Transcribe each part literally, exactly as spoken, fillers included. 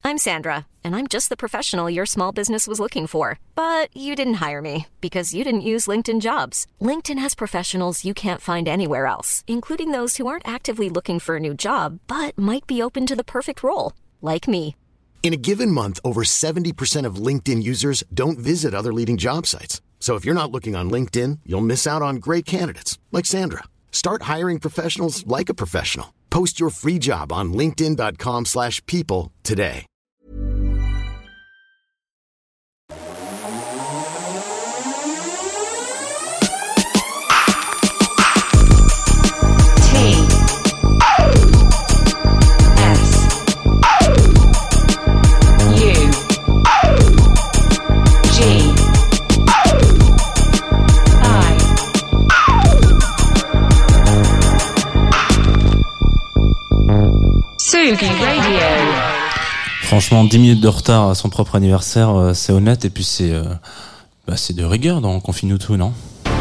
I'm Sandra, and I'm just the professional your small business was looking for. But you didn't hire me because you didn't use LinkedIn Jobs. LinkedIn has professionals you can't find anywhere else, including those who aren't actively looking for a new job, but might be open to the perfect role, like me. In a given month, over seventy percent of LinkedIn users don't visit other leading job sites. So if you're not looking on LinkedIn, you'll miss out on great candidates like Sandra. Start hiring professionals like a professional. Post your free job on linkedin.com slash people today. Tsugi Radio. Franchement, dix minutes de retard à son propre anniversaire, euh, c'est honnête, et puis c'est, euh, bah, c'est de rigueur dans Confine-nous tout, non ?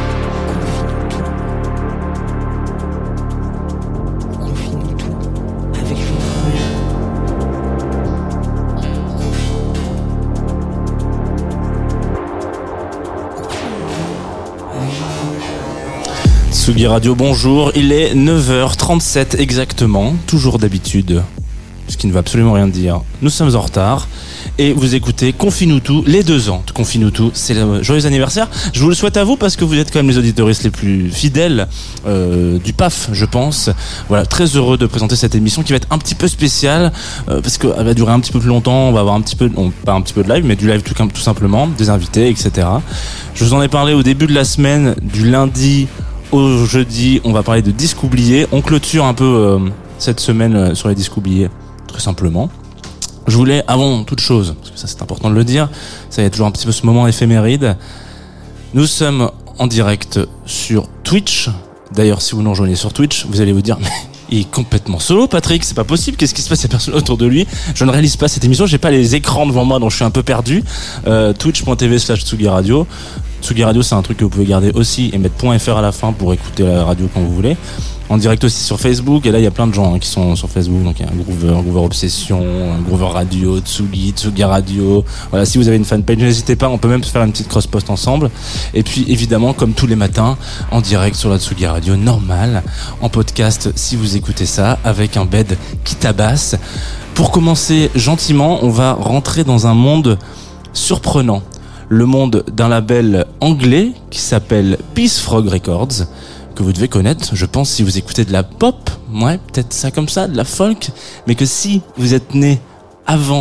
Tsugi Radio, bonjour, il est neuf heures trente-sept exactement, toujours d'habitude, ce qui ne veut absolument rien dire. Nous sommes en retard et vous écoutez Confine-nous tout, les deux ans de Confine-nous tout, c'est le joyeux anniversaire. Je vous le souhaite à vous parce que vous êtes quand même les auditeuristes les plus fidèles euh, du P A F, je pense. Voilà, très heureux de présenter cette émission qui va être un petit peu spéciale euh, parce qu'elle va durer un petit peu plus longtemps, on va avoir un petit peu, non, pas un petit peu de live, mais du live tout, tout simplement, des invités, et cetera. Je vous en ai parlé au début de la semaine, du lundi au jeudi, on va parler de disques oubliés. On clôture un peu euh, cette semaine euh, sur les disques oubliés, très simplement. Je voulais, avant toute chose, parce que ça c'est important de le dire, ça y a toujours un petit peu ce moment éphéméride. Nous sommes en direct sur Twitch. D'ailleurs, si vous nous rejoignez sur Twitch, vous allez vous dire, mais il est complètement solo, Patrick, c'est pas possible, qu'est-ce qui se passe, il y a personne autour de lui. Je ne réalise pas cette émission, j'ai pas les écrans devant moi, donc je suis un peu perdu. Euh, twitch.tv slash Tsugi Radio. Tsugi Radio, c'est un truc que vous pouvez garder aussi et mettre .fr à la fin pour écouter la radio quand vous voulez. En direct aussi sur Facebook, et là il y a plein de gens hein, qui sont sur Facebook, donc il y a un Groover, Groover Obsession, un Groover Radio, Tsugi, Tsugi Radio. Voilà, si vous avez une fanpage, n'hésitez pas, on peut même faire une petite cross-post ensemble. Et puis évidemment, comme tous les matins, en direct sur la Tsugi Radio, normal, en podcast si vous écoutez ça, avec un bed qui tabasse. Pour commencer gentiment, on va rentrer dans un monde surprenant. Le monde d'un label anglais qui s'appelle Peace Frog Records, que vous devez connaître, je pense, si vous écoutez de la pop, ouais, peut-être ça comme ça, de la folk, mais que si vous êtes né avant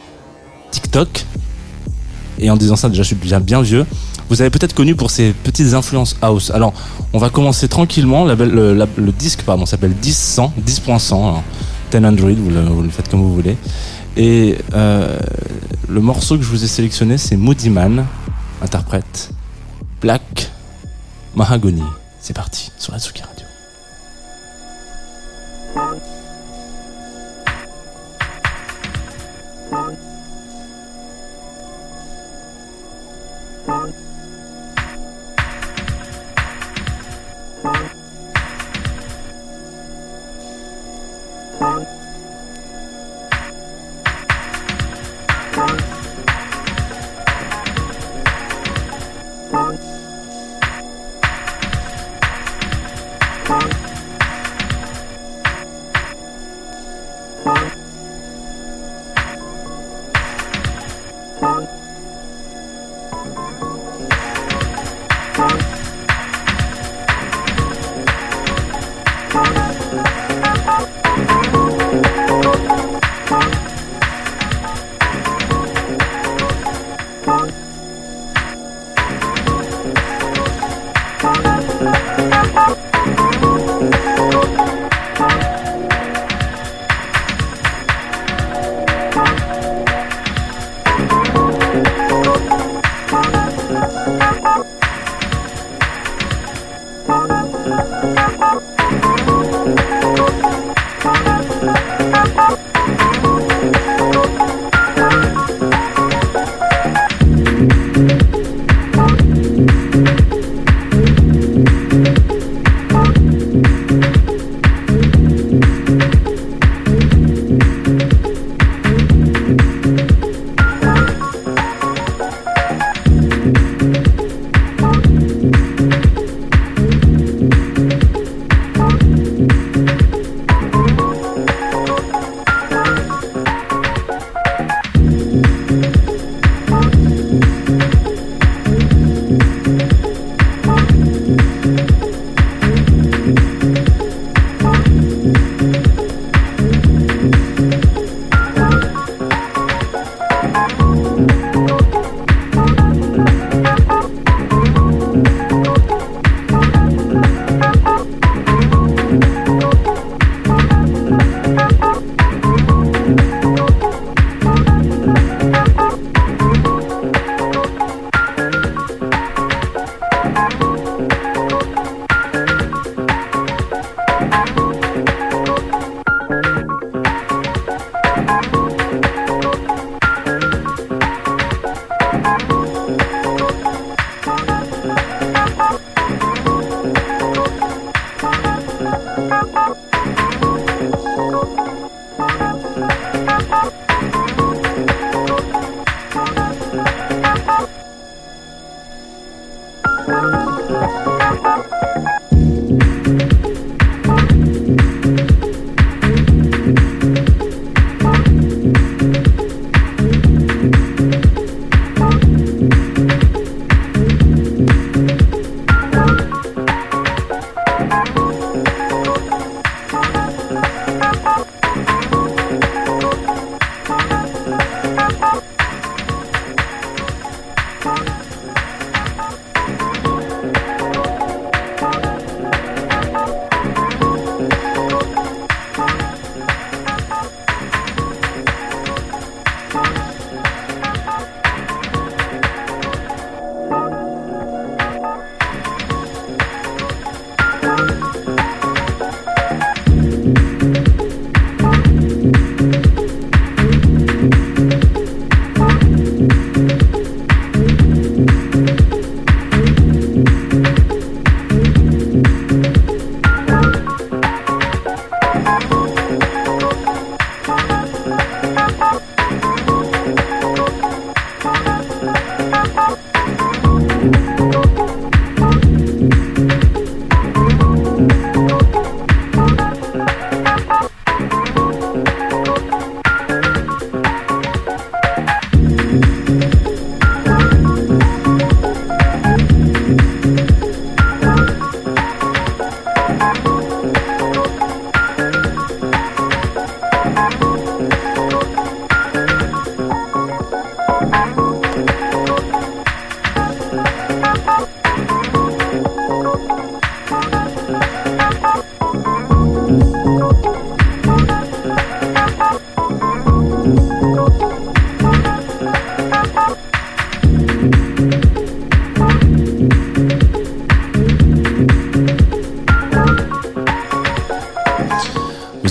TikTok, et en disant ça, déjà, je suis bien, bien vieux, vous avez peut-être connu pour ces petites influences house. Alors, on va commencer tranquillement, le, le, le, le disque, pardon, s'appelle dix cent, dix point cent, alors, dix cent, vous le, vous le faites comme vous voulez. Et euh, le morceau que je vous ai sélectionné, c'est Moody Man, interprète Black Mahogany. C'est parti sur la Tsugi Radio.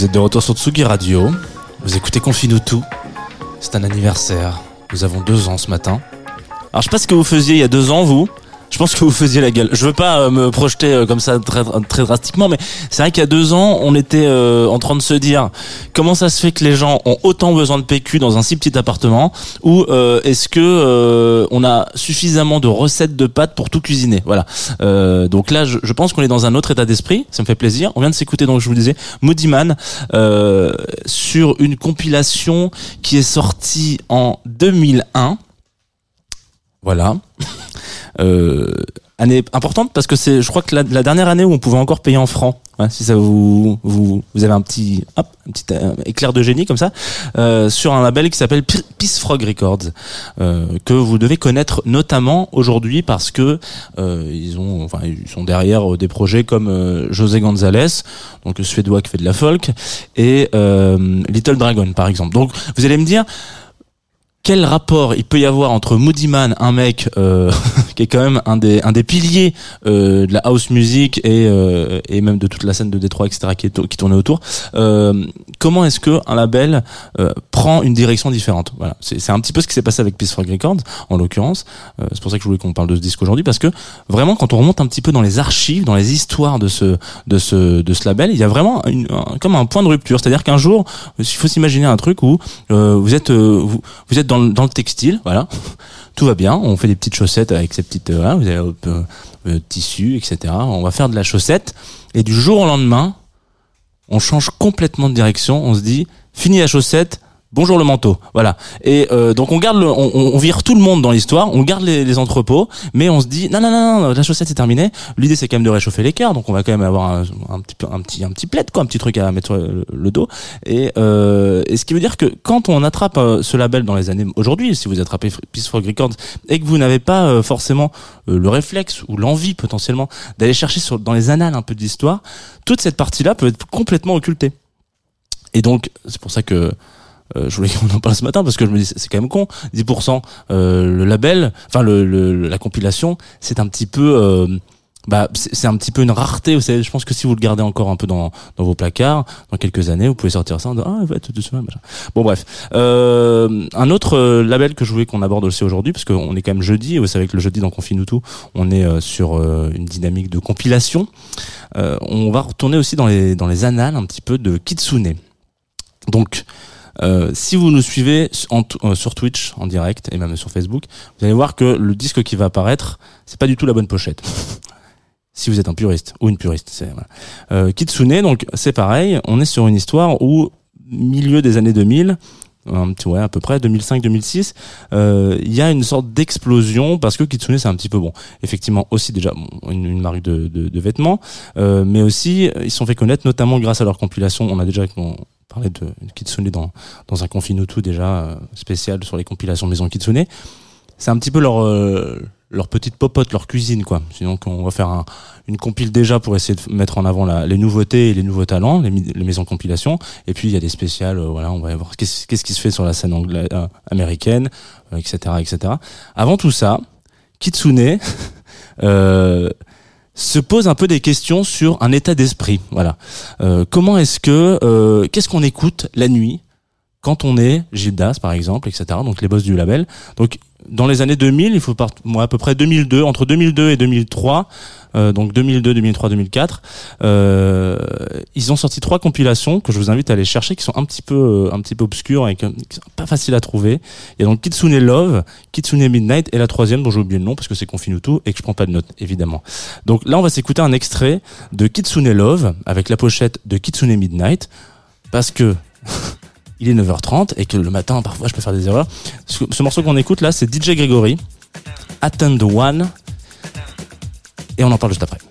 Vous êtes de retour sur Tsugi Radio. Vous écoutez Confine-nous tout. C'est un anniversaire. Nous avons deux ans ce matin. Alors je sais pas ce que vous faisiez il y a deux ans, vous. Je pense que vous faisiez la gueule. Je veux pas euh, me projeter euh, comme ça très très drastiquement, mais c'est vrai qu'il y a deux ans, on était euh, en train de se dire comment ça se fait que les gens ont autant besoin de P Q dans un si petit appartement, ou euh, est-ce que euh, on a suffisamment de recettes de pâtes pour tout cuisiner. Voilà. Euh, donc là, je, je pense qu'on est dans un autre état d'esprit. Ça me fait plaisir. On vient de s'écouter, donc je vous disais, Moodymann euh, sur une compilation qui est sortie en deux mille un. Voilà. Euh, année importante parce que c'est, je crois que la, la dernière année où on pouvait encore payer en francs. Ouais, si ça vous, vous, vous avez un petit, hop, un petit euh, éclair de génie comme ça, euh, sur un label qui s'appelle Peace Frog Records, euh, que vous devez connaître notamment aujourd'hui parce que euh, ils ont, enfin, ils sont derrière des projets comme euh, José González, donc le suédois qui fait de la folk, et euh, Little Dragon par exemple. Donc vous allez me dire, quel rapport il peut y avoir entre Moodymann, un mec euh, qui est quand même un des un des piliers euh, de la house music et euh, et même de toute la scène de Détroit, et cetera qui est qui tournait autour. Euh, comment est-ce que un label euh, prend une direction différente? Voilà, c'est c'est un petit peu ce qui s'est passé avec Peace Frog Records en l'occurrence. Euh, c'est pour ça que je voulais qu'on parle de ce disque aujourd'hui, parce que vraiment quand on remonte un petit peu dans les archives, dans les histoires de ce de ce de ce label, il y a vraiment une, un, comme un point de rupture. C'est-à-dire qu'un jour, il faut s'imaginer un truc où euh, vous êtes euh, vous, vous êtes dans le, dans le textile, voilà, tout va bien, on fait des petites chaussettes avec ces petites, euh, voilà, vous avez euh, euh, tissu, et cetera. On va faire de la chaussette, et du jour au lendemain, on change complètement de direction, on se dit, fini la chaussette, bonjour le manteau, voilà. Et euh, donc on garde, le, on, on vire tout le monde dans l'histoire, on garde les, les entrepôts, mais on se dit non non non non, la chaussette c'est terminé. L'idée c'est quand même de réchauffer l'écart, donc on va quand même avoir un, un petit un petit un petit plaid quoi, un petit truc à mettre sur le, le dos. Et, euh, et ce qui veut dire que quand on attrape euh, ce label dans les années aujourd'hui, si vous attrapez Peace Frog Records et que vous n'avez pas euh, forcément euh, le réflexe ou l'envie potentiellement d'aller chercher sur, dans les annales un peu d'histoire, toute cette partie-là peut être complètement occultée. Et donc c'est pour ça que Euh, je voulais qu'on en parle ce matin parce que je me dis c'est quand même con, dix pour cent euh, le label, enfin le, le la compilation, c'est un petit peu euh, bah c'est, c'est un petit peu une rareté, vous savez. Je pense que si vous le gardez encore un peu dans dans vos placards, dans quelques années, vous pouvez sortir ça en disant ah ouais tout doucement machin. Bon bref, euh, un autre euh, label que je voulais qu'on aborde aussi aujourd'hui, parce qu'on est quand même jeudi, et vous savez que le jeudi dans Confine-nous tout, on est euh, sur euh, une dynamique de compilation. Euh, on va retourner aussi dans les dans les annales un petit peu de Kitsune. Donc Euh, si vous nous suivez en t- euh, sur Twitch en direct et même sur Facebook, vous allez voir que le disque qui va apparaître, c'est pas du tout la bonne pochette. Si vous êtes un puriste ou une puriste, c'est voilà. Euh, Kitsune, donc c'est pareil, on est sur une histoire où milieu des années deux mille, un petit ouais à peu près deux mille cinq deux mille six, euh, il y a une sorte d'explosion parce que Kitsune c'est un petit peu bon, effectivement aussi déjà bon, une, une marque de, de, de vêtements, euh, mais aussi ils se sont fait connaître notamment grâce à leur compilation. On a déjà bon, parlé de Kitsune dans dans un Confine-nous tout déjà euh, spécial sur les compilations maison Kitsune. C'est un petit peu leur euh, leur petite popote, leur cuisine quoi. Sinon on va faire un, une compile déjà pour essayer de mettre en avant la, les nouveautés et les nouveaux talents, les, les maisons compilation. Et puis il y a des spéciales, euh, voilà, on va voir qu'est-ce, qu'est-ce qui se fait sur la scène anglaise, euh, américaine, euh, et cetera, et cetera. Avant tout ça, Kitsune euh, se pose un peu des questions sur un état d'esprit. Voilà. Euh, comment est-ce que euh, qu'est-ce qu'on écoute la nuit quand on est Gildas par exemple, et cetera. Donc les boss du label. Donc dans les années deux mille, il faut part, moi à peu près deux mille deux, entre deux mille deux et deux mille trois, euh, donc deux mille deux, deux mille trois, deux mille quatre, euh, ils ont sorti trois compilations que je vous invite à aller chercher, qui sont un petit peu, un petit peu obscures et qui sont pas faciles à trouver. Il y a donc Kitsune Love, Kitsune Midnight et la troisième dont j'ai oublié le nom parce que c'est Confine-nous tout et que je prends pas de notes évidemment. Donc là on va s'écouter un extrait de Kitsune Love avec la pochette de Kitsune Midnight parce que il est neuf heures trente et que le matin, parfois, je peux faire des erreurs. Ce, ce morceau qu'on écoute là, c'est D J Gregory, Attend One, et on en parle juste après.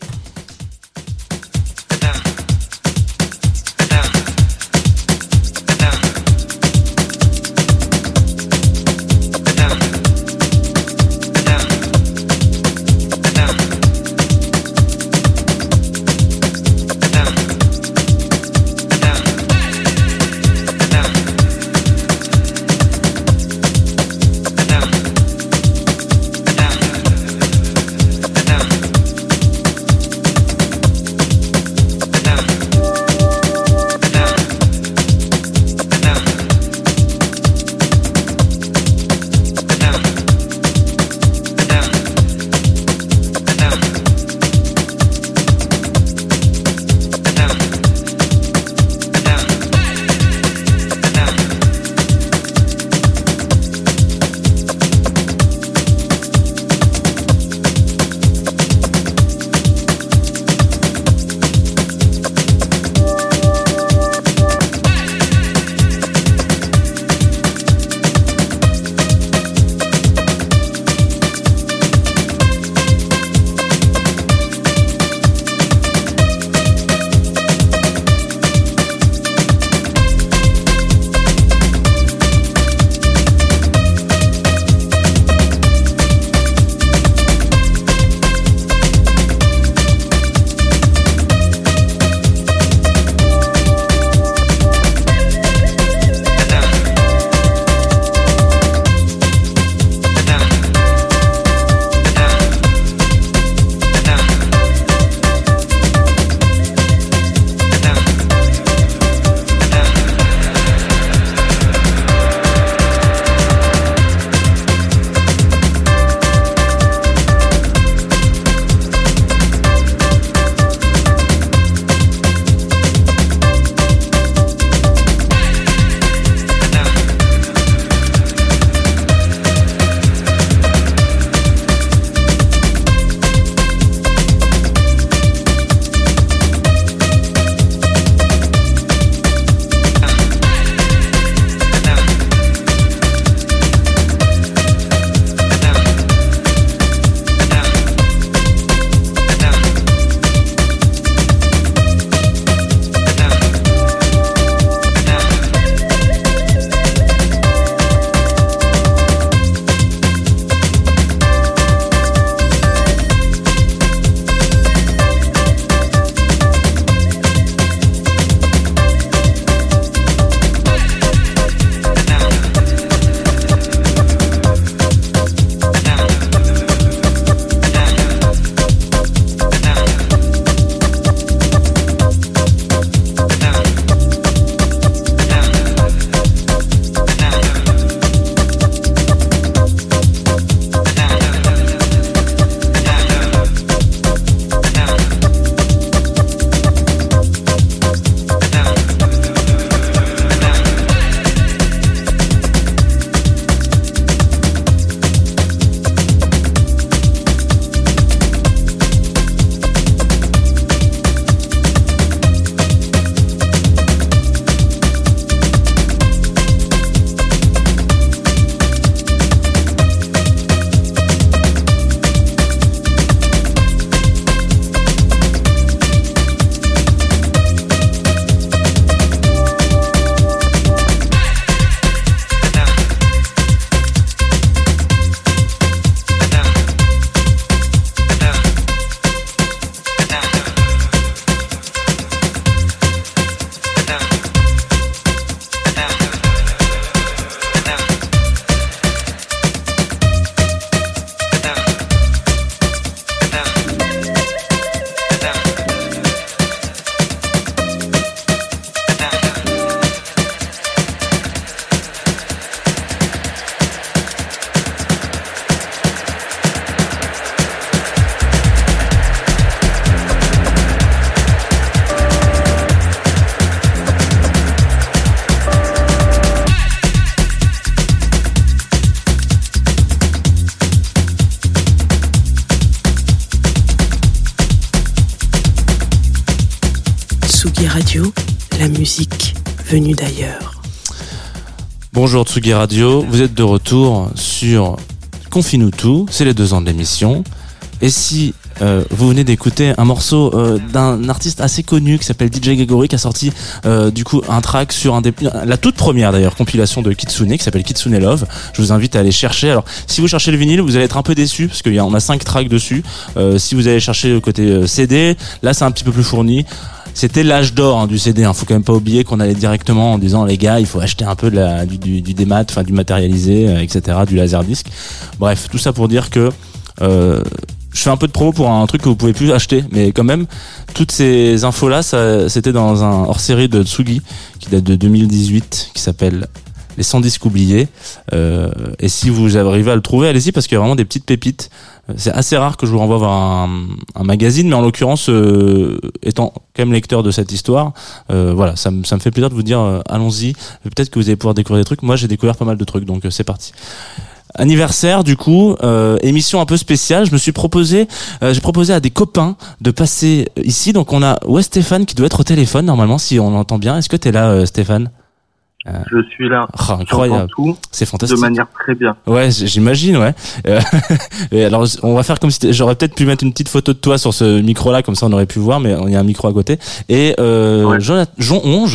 Radio, la musique venue d'ailleurs. Bonjour Tsugi Radio, vous êtes de retour sur Confie-nous tout, c'est les deux ans de l'émission. Et si euh, vous venez d'écouter un morceau euh, d'un artiste assez connu qui s'appelle D J Gregory, qui a sorti euh, du coup un track sur un des, la toute première d'ailleurs compilation de Kitsune qui s'appelle Kitsune Love. Je vous invite à aller chercher. Alors si vous cherchez le vinyle, vous allez être un peu déçus parce qu'il y a on a cinq tracks dessus. Euh, si vous allez chercher le côté euh, C D, là c'est un petit peu plus fourni. C'était l'âge d'or hein, du C D. Hein. Faut quand même pas oublier qu'on allait directement en disant les gars, il faut acheter un peu de la, du, du, du démat, enfin du matérialisé, euh, et cetera, du laserdisc. Bref, tout ça pour dire que euh, je fais un peu de promo pour un truc que vous pouvez plus acheter, mais quand même, toutes ces infos-là, ça, c'était dans un hors-série de Tsugi qui date de deux mille dix-huit, qui s'appelle Les cent disques oubliés. Euh, et si vous arrivez à le trouver, allez-y parce qu'il y a vraiment des petites pépites. C'est assez rare que je vous renvoie vers un, un magazine, mais en l'occurrence, euh, étant quand même lecteur de cette histoire, euh, voilà, ça me ça me fait plaisir de vous dire, euh, allons-y. Peut-être que vous allez pouvoir découvrir des trucs. Moi, j'ai découvert pas mal de trucs, donc euh, c'est parti. Anniversaire du coup, euh, émission un peu spéciale. Je me suis proposé, euh, j'ai proposé à des copains de passer ici. Donc on a ouais Stéphane qui doit être au téléphone normalement si on l'entend bien. Est-ce que t'es là, euh, Stéphane? Euh, je suis là. Oh, incroyable. Tout, c'est fantastique. De manière très bien. Ouais, j'imagine, ouais. Euh, et alors, on va faire comme si j'aurais peut-être pu mettre une petite photo de toi sur ce micro-là, comme ça on aurait pu voir, mais il y a un micro à côté. Et euh, ouais. Jean, Jean Onge.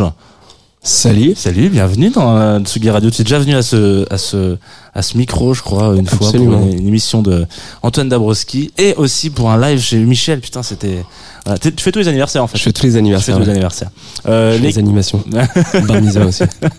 Salut. Salut, bienvenue dans euh, Tsugi Radio. Tu es déjà venu à ce, à ce, à ce micro, je crois, une fois Absolument. pour une, une émission de Antoine Dabrowski et aussi pour un live chez Michel. Putain, c'était. Voilà. Tu fais tous les anniversaires en fait. Je fais tous les anniversaires. Je fais tous ouais. les anniversaires. Euh, je fais les... les animations. Barmisa aussi.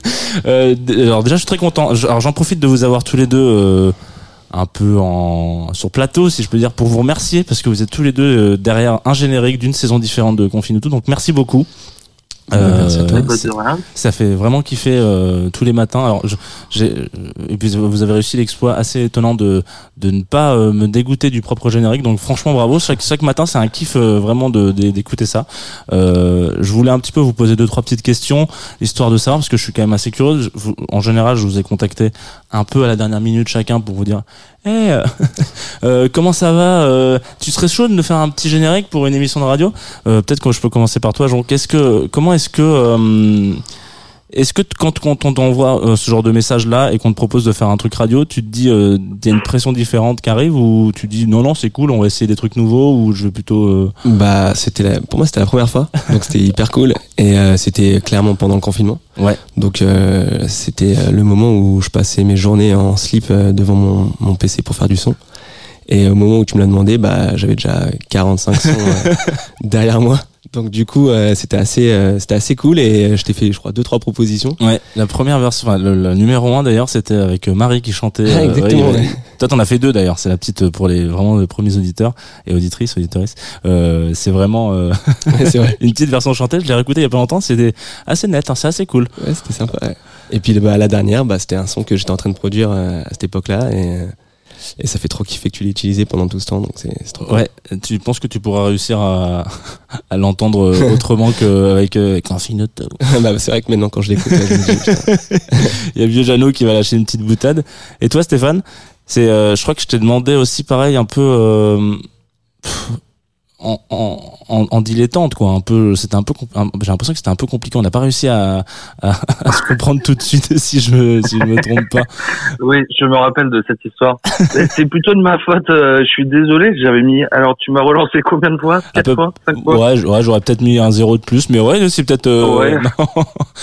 Euh, alors déjà, je suis très content. Alors j'en profite de vous avoir tous les deux. Euh, un peu en sur plateau si je peux dire pour vous remercier parce que vous êtes tous les deux euh, derrière un générique d'une saison différente de Confie-nous tout, donc merci beaucoup. Euh, merci à toi. Ça fait vraiment kiffer euh, tous les matins. Alors, je, j'ai, et puis vous avez réussi l'exploit assez étonnant de de ne pas euh, me dégoûter du propre générique. Donc franchement, bravo. Chaque chaque matin, c'est un kiff euh, vraiment de, de d'écouter ça. Euh, je voulais un petit peu vous poser deux trois petites questions histoire de savoir parce que je suis quand même assez curieux. Je, vous, en général, je vous ai contacté un peu à la dernière minute chacun pour vous dire. Hey, euh, euh, comment ça va euh, tu serais chaud de nous faire un petit générique pour une émission de radio euh, peut-être que je peux commencer par toi Jean. Qu'est-ce que comment est-ce que euh, est-ce que quand, quand on t'envoie euh, ce genre de message là et qu'on te propose de faire un truc radio, tu te dis euh, il y a une pression différente qui arrive ou tu dis non non c'est cool on va essayer des trucs nouveaux ou je vais plutôt euh... bah c'était la, pour moi c'était la première fois donc c'était hyper cool et euh, c'était clairement pendant le confinement. Ouais. Donc euh, c'était le moment où je passais mes journées en slip euh, devant mon, mon P C pour faire du son. Et au moment où tu me l'as demandé, bah j'avais déjà quarante-cinq sons euh, derrière moi. Donc du coup, euh, c'était assez, euh, c'était assez cool et je t'ai fait, je crois, deux trois propositions. Ouais. La première version, enfin, le, le numéro un d'ailleurs, c'était avec Marie qui chantait. Ah, exactement. Euh, ouais, ouais. Toi, t'en as fait deux d'ailleurs. C'est la petite pour les vraiment les premiers auditeurs et auditrices, auditeuristes. Euh, c'est vraiment euh, c'est vrai. Une petite version chantée. Je l'ai réécoutée il y a pas longtemps. C'était assez net. Hein, c'est assez cool. Ouais, c'était sympa. Ouais. Et puis bah la dernière, bah c'était un son que j'étais en train de produire euh, à cette époque-là et. Et ça fait trop kiffer que tu l'aies utilisé pendant tout ce temps, donc c'est, c'est trop cool. Ouais, tu penses que tu pourras réussir à, à l'entendre autrement qu'avec euh, Confie-nous tout. Bah c'est vrai que maintenant quand je l'écoute, je me dis putain. Il y a vieux Jeannot qui va lâcher une petite boutade. Et toi Stéphane, c'est, euh, je crois que je t'ai demandé aussi pareil un peu euh, pff, en, en, en, en dilettante quoi, un peu. C'était un peu, un, j'ai l'impression que c'était un peu compliqué. On n'a pas réussi à, à, à se comprendre tout de suite si je me, si je me trompe pas. Oui, je me rappelle de cette histoire. C'est plutôt de ma faute. Euh, je suis désolé. J'avais mis. Alors, tu m'as relancé combien de fois? Quatre fois, cinq fois. Ouais, ouais, j'aurais peut-être mis un zéro de plus, mais ouais, c'est peut-être. Euh, ouais. Non.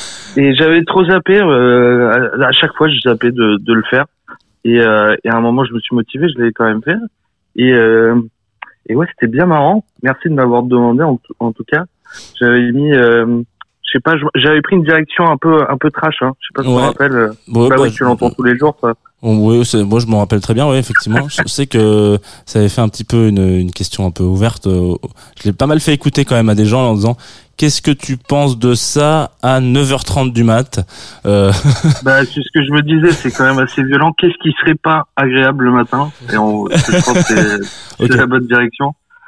Et j'avais trop zappé. Euh, à chaque fois, je zappais de, de le faire. Et, euh, et à un moment, je me suis motivé. Je l'ai quand même fait. Et euh, Et ouais, c'était bien marrant. Merci de m'avoir demandé en, t- en tout cas. J'avais mis, euh, je sais pas, j'avais pris une direction un peu, un peu trash. Hein. Je sais pas si ouais. tu te rappelles. Ouais, bah, bah, oui, tu l'entends tous les jours. Ça. Oui, c'est, moi je m'en rappelle très bien. Oui, effectivement. Je sais que ça avait fait un petit peu une, une question un peu ouverte. Je l'ai pas mal fait écouter quand même à des gens en disant qu'est-ce que tu penses de ça à neuf heures trente du mat. Euh... Bah c'est ce que je me disais. C'est quand même assez violent. Qu'est-ce qui serait pas agréable le matin? Et on, je pense que c'est, c'est okay. La bonne direction.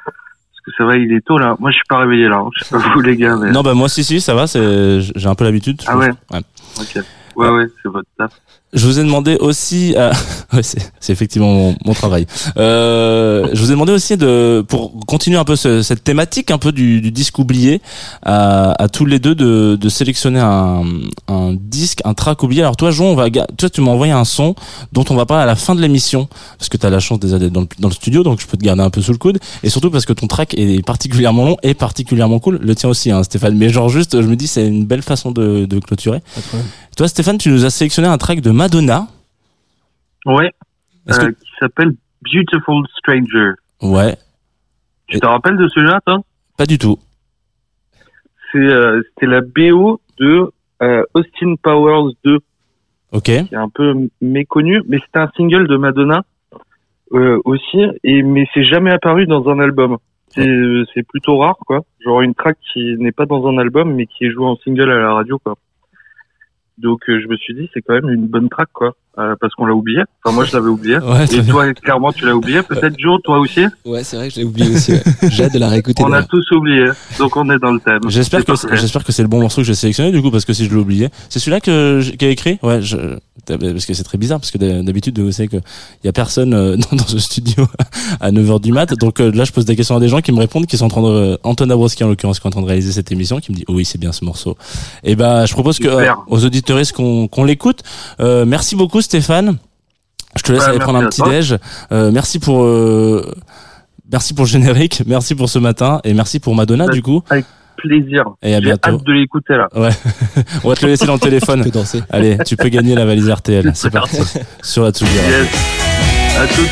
Ça va, il est tôt là. Moi, je suis pas réveillé là. Je sais pas vous les gars. Mais... Non, bah moi si si, ça va. C'est, j'ai un peu l'habitude. Ah ouais. ouais. Ok. Ouais ouais, c'est votre taf. Je vous ai demandé aussi, euh, ouais, c'est, c'est effectivement mon, mon travail. Euh, je vous ai demandé aussi de, pour continuer un peu ce, cette thématique un peu du, du disque oublié, à, à tous les deux de, de sélectionner un, un disque, un track oublié. Alors toi, Jon, on va, toi, tu m'as envoyé un son dont on va parler à la fin de l'émission, parce que tu as la chance déjà d'être dans le, dans le studio, donc je peux te garder un peu sous le coude, et surtout parce que ton track est particulièrement long et particulièrement cool. Le tien aussi, hein, Stéphane. Mais genre juste, je me dis, c'est une belle façon de, de clôturer. Toi, Stéphane, tu nous as sélectionné un track de Madonna. Ouais. Est-ce Euh, que... qui s'appelle Beautiful Stranger. Ouais. Tu te rappelles de celui-là, toi? Pas du tout. C'est, euh, c'était la B O de euh, Austin Powers deux. Ok. Qui est un peu méconnu, mais c'était un single de Madonna euh, aussi, et mais c'est jamais apparu dans un album. C'est, c'est plutôt rare, quoi. Genre une track qui n'est pas dans un album, mais qui est jouée en single à la radio, quoi. Donc euh, je me suis dit, c'est quand même une bonne track, quoi. Euh, parce qu'on l'a oublié. Enfin, moi, je l'avais oublié. Ouais, et toi, clairement, tu l'as oublié. Peut-être, Joe, toi aussi? Ouais, c'est vrai que je l'ai oublié aussi. Ouais. J'ai hâte de la réécouter. On d'ailleurs. a tous oublié. Donc, on est dans le thème. J'espère c'est que, parfait. j'espère que c'est le bon morceau que j'ai sélectionné, du coup, parce que si je l'ai oublié. C'est celui-là que, qui a écrit? Ouais, je, parce que c'est très bizarre, parce que d'habitude, vous savez que y a personne dans, dans ce studio à neuf heures du mat. Donc, là, je pose des questions à des gens qui me répondent, qui sont en train de, Anton Dabrowski, en l'occurrence, qui est en train de réaliser cette émission, qui me dit, oh oui, c'est bien ce morceau. Et ben, je propose que, euh, aux auditeuristes qu'on, qu'on l'écoute. Euh, merci beaucoup, Stéphane. Je te laisse Ouais, aller prendre un petit toi. déj. Euh, merci pour euh, merci pour le générique, merci pour ce matin et merci pour Madonna Ouais. du coup. Avec plaisir. Et à J'ai bientôt. hâte de l'écouter, là. Ouais. On va te le laisser dans le téléphone. Tu peux danser. Allez, tu peux gagner la valise R T L. C'est parti. Sur la Tsugi Radio. Yes. À toutes.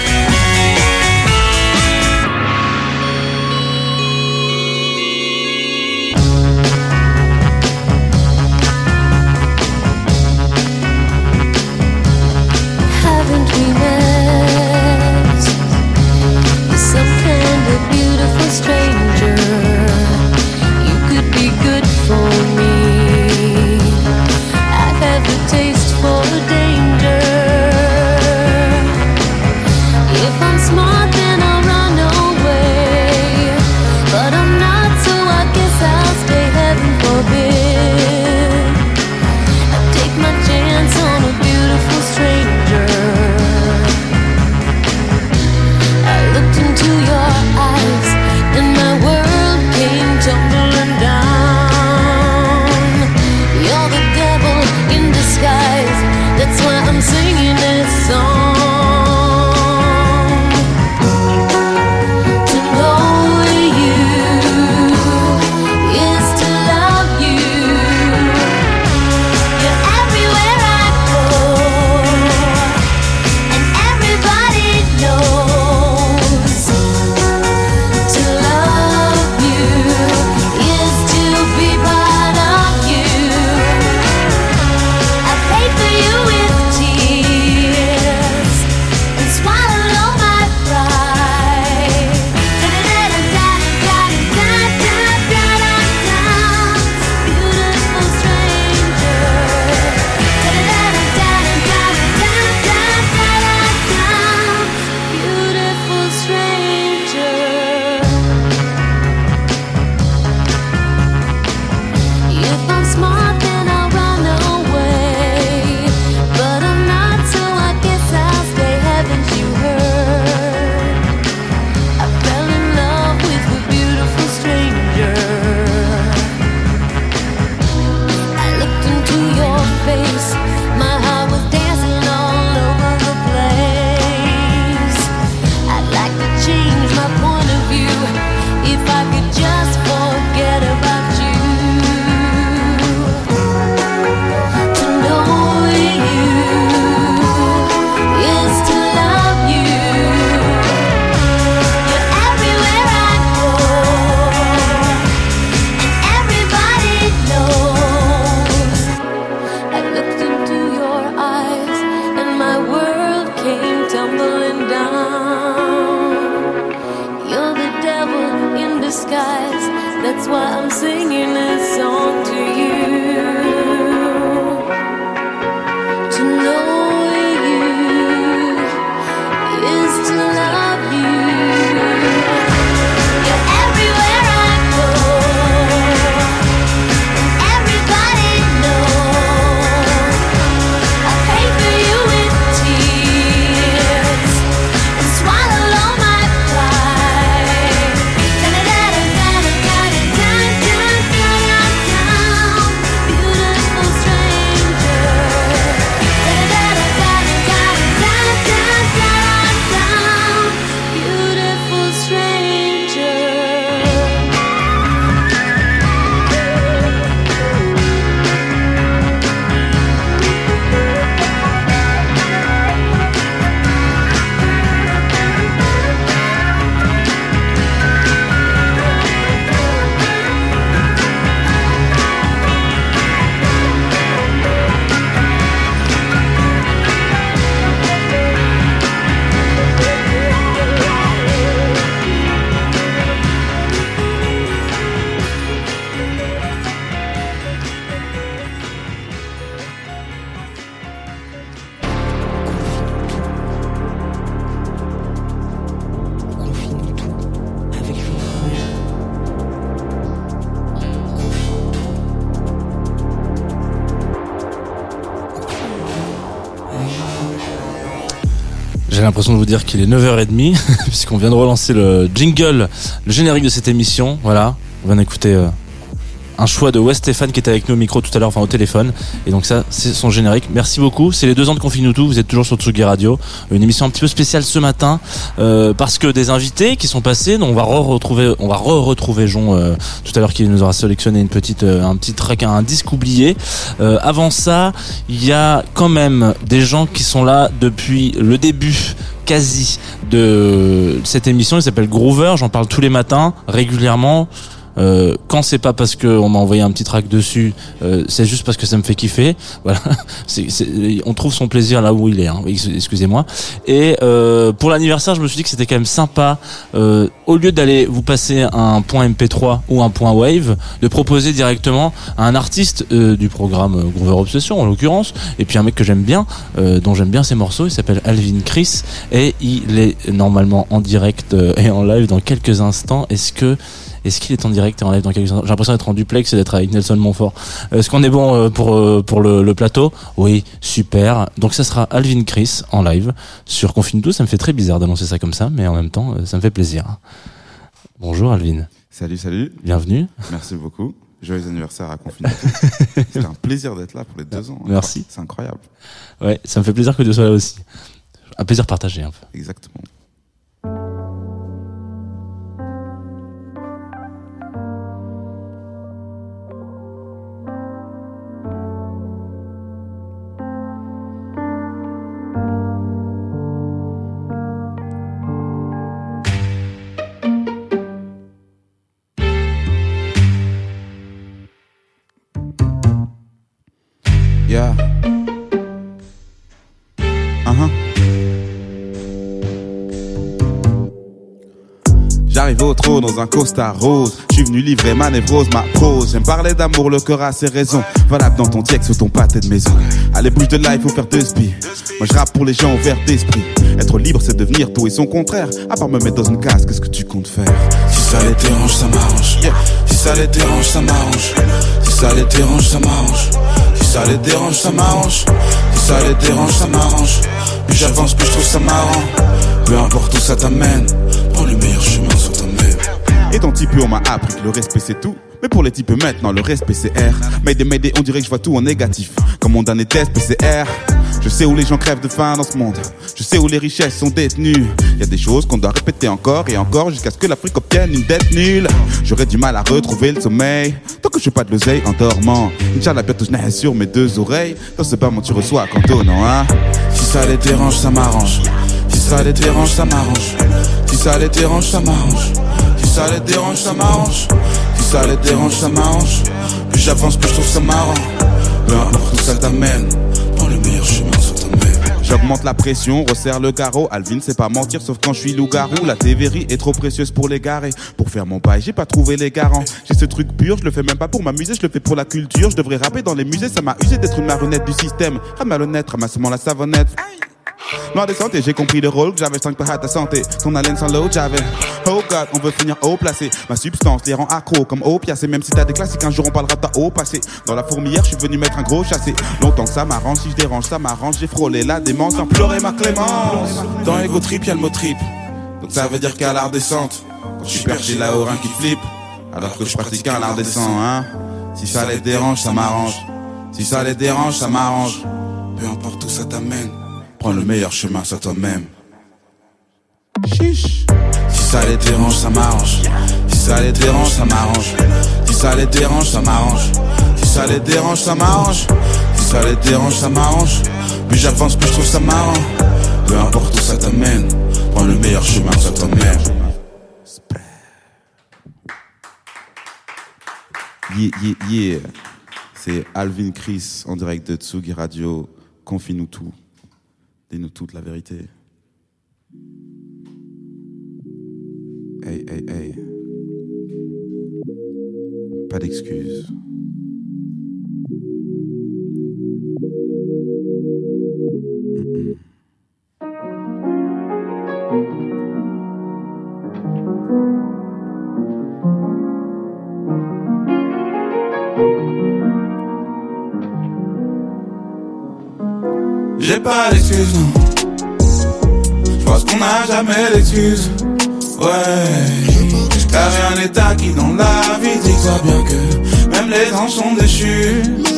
Haven't we met? You're some kind of beautiful stranger. You could be good for me. I have a taste for danger. If J'ai l'impression de vous dire qu'il est neuf heures trente puisqu'on vient de relancer le jingle, le générique de cette émission. Voilà, on vient d'écouter euh, un choix de Wes Stéphane qui était avec nous au micro tout à l'heure, enfin au téléphone. Et donc ça, c'est son générique. Merci beaucoup. C'est les deux ans de Confine-nous-tout. Vous êtes toujours sur Tsugi Radio. Une émission un petit peu spéciale ce matin euh, parce que des invités qui sont passés. Donc on va re-retrouver, on va re-retrouver Jon euh, tout à l'heure qui nous aura sélectionné une petite, euh, un petit track, un disque oublié. Euh, avant ça, il y a quand même des gens qui sont là depuis le début quasi de cette émission. Il s'appelle Groover. J'en parle tous les matins régulièrement. Euh, quand c'est pas parce que on m'a envoyé un petit track dessus, euh, c'est juste parce que ça me fait kiffer. Voilà, c'est, c'est, on trouve son plaisir là où il est. Hein. Excusez-moi. Et euh, pour l'anniversaire, je me suis dit que c'était quand même sympa, euh, au lieu d'aller vous passer un point M P trois ou un point Wave, de proposer directement à un artiste euh, du programme Groover Obsession en l'occurrence, et puis un mec que j'aime bien, euh, dont j'aime bien ses morceaux. Il s'appelle Alvin Chris et il est normalement en direct euh, et en live dans quelques instants. Est-ce que Est-ce qu'il est en direct et en live dans quelques instants? J'ai l'impression d'être en duplex et d'être avec Nelson Montfort. Est-ce qu'on est bon pour pour le, le plateau? Oui, super. Donc ça sera Alvin Chris en live sur Confine-nous-tout. Ça me fait très bizarre d'annoncer ça comme ça, mais en même temps, ça me fait plaisir. Bonjour Alvin. Salut, salut. Bienvenue. Merci beaucoup. Joyeux anniversaire à Confine-nous-tout. C'était un plaisir d'être là pour les deux ans. Merci. C'est incroyable. Ouais, ça me fait plaisir que tu sois là aussi. Un plaisir partagé un peu. Exactement. Yeah. Uh-huh. J'arrive au trot dans un costard rose. Je suis venu livrer ma névrose, ma prose. J'aime parler d'amour, le cœur a ses raisons. Valable dans ton texte ou ton pâté de maison. Allez, bouge de là, il faut faire deux spies. Moi je rappe pour les gens ouverts d'esprit. Être libre c'est devenir tout et son contraire. À part me mettre dans une case, qu'est-ce que tu comptes faire? Si ça les dérange, ça m'arrange. Yeah. Si ça les dérange, ça m'arrange. Si ça les dérange, ça m'arrange. Si ça les dérange, ça m'arrange. Si ça les dérange, ça m'arrange. Plus j'avance, plus je trouve ça marrant. Peu importe où ça t'amène, prends le meilleur chemin sur toi-même. Étant type, on m'a appris que le respect c'est tout. Mais pour les types maintenant, le respect c'est R. Mayday, mayday, on dirait que je vois tout en négatif. Comme mon dernier test, P C R. Je sais où les gens crèvent de faim dans ce monde. Je sais où les richesses sont détenues. Y a des choses qu'on doit répéter encore et encore jusqu'à ce que l'Afrique obtienne une dette nulle. J'aurais du mal à retrouver le sommeil tant que je fais pas de l'oseille en dormant. Inch'Allah, bientôt je n'ai sur mes deux oreilles. Dans ce bas, tu reçois cantonant, hein. Si ça les dérange, ça m'arrange. Si ça les dérange, ça m'arrange. Si ça les dérange, ça m'arrange. Si ça les dérange, ça m'arrange. Si ça les dérange, ça m'arrange. Plus j'avance, plus je trouve ça marrant. Peu importe où ça t'amène, prends le meilleur chemin sur toi-même. J'augmente la pression, resserre le carreau. Alvin, c'est pas mentir, sauf quand je suis loup-garou. La T V R I est trop précieuse pour les garer. Pour faire mon bail, j'ai pas trouvé les garants. J'ai ce truc pur, je le fais même pas pour m'amuser, je le fais pour la culture. Je devrais rapper dans les musées, ça m'a usé d'être une marionnette du système. Rame malhonnête, ramasse-moi la savonnette. Noir des santé, j'ai compris le rôle que j'avais cinq pas à ta santé. Ton haleine sans l'eau, j'avais. Oh God, on veut finir haut placé. Ma substance les rend accro comme opiacés. Même si t'as des classiques, un jour on parlera de ta haut passé. Dans la fourmilière, je suis venu mettre un gros chassé. Longtemps que ça m'arrange, si je dérange, ça m'arrange. J'ai frôlé la démence sans pleurer ma clémence. Dans Ego Trip, y'a le mot trip. Donc ça veut dire qu'à l'art descente, quand je suis perché là au rein qui flippe. Alors que je pratique un art descend, hein. Si ça les dérange, ça m'arrange. Si ça les dérange, ça m'arrange. Peu importe où ça t'amène, prends le meilleur chemin sur toi-même. Chiche. Si ça les dérange, ça m'arrange. Si ça les dérange, ça m'arrange. Si ça les dérange, ça m'arrange. Si ça les dérange, ça m'arrange. Si ça les dérange, ça m'arrange. Plus j'avance, plus je trouve ça marrant. Peu importe où ça t'amène, prends le meilleur chemin sur toi-même. Yeah, yeah, yeah. C'est Alvin Chris en direct de Tsugi Radio. Confine-nous-tout. Dis-nous toute la vérité. Hey, hey, hey. Pas d'excuses. Mm-mm. J'ai pas d'excuses, non. qu'on n'a jamais d'excuses. Ouais, car rien n'est acquis dans la vie. Dis-toi bien que même les anges sont déchus.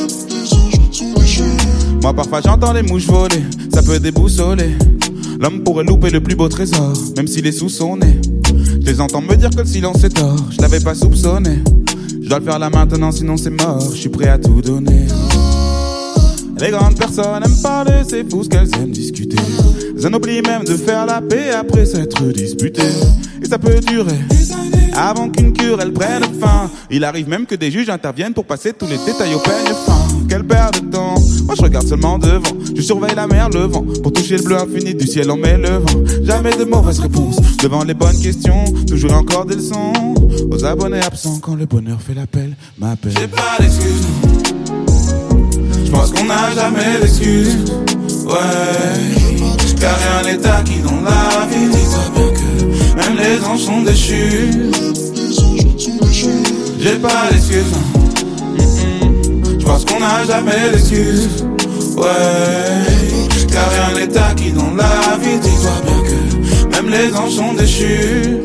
Moi parfois j'entends les mouches voler, ça peut déboussoler. L'homme pourrait louper le plus beau trésor, même s'il est sous son nez. Je les entends me dire que le silence est tort, je l'avais pas soupçonné. Je dois le faire là maintenant sinon c'est mort, je suis prêt à tout donner. Les grandes personnes aiment parler, c'est fou ce qu'elles aiment discuter. Elles en oublient même de faire la paix après s'être disputées. Et ça peut durer avant qu'une cure elle prenne fin. Il arrive même que des juges interviennent pour passer tous les détails au peigne fin. Quelle perte de temps, moi je regarde seulement devant. Je surveille la mer, le vent, pour toucher le bleu infini du ciel en m'élevant. Jamais de mauvaises réponses, devant les bonnes questions. Toujours et encore des leçons aux abonnés absents quand le bonheur fait l'appel, m'appelle. J'ai pas d'excuses, je pense qu'on n'a jamais d'excuses. Ouais, car rien n'est acquis dans la vie. Dis-toi bien que même les anges sont déchus. J'ai pas d'excuses, mm-mm. Je pense qu'on n'a jamais d'excuses. Ouais, car rien n'est acquis dans la vie. Dis-toi bien que même les anges sont déchus.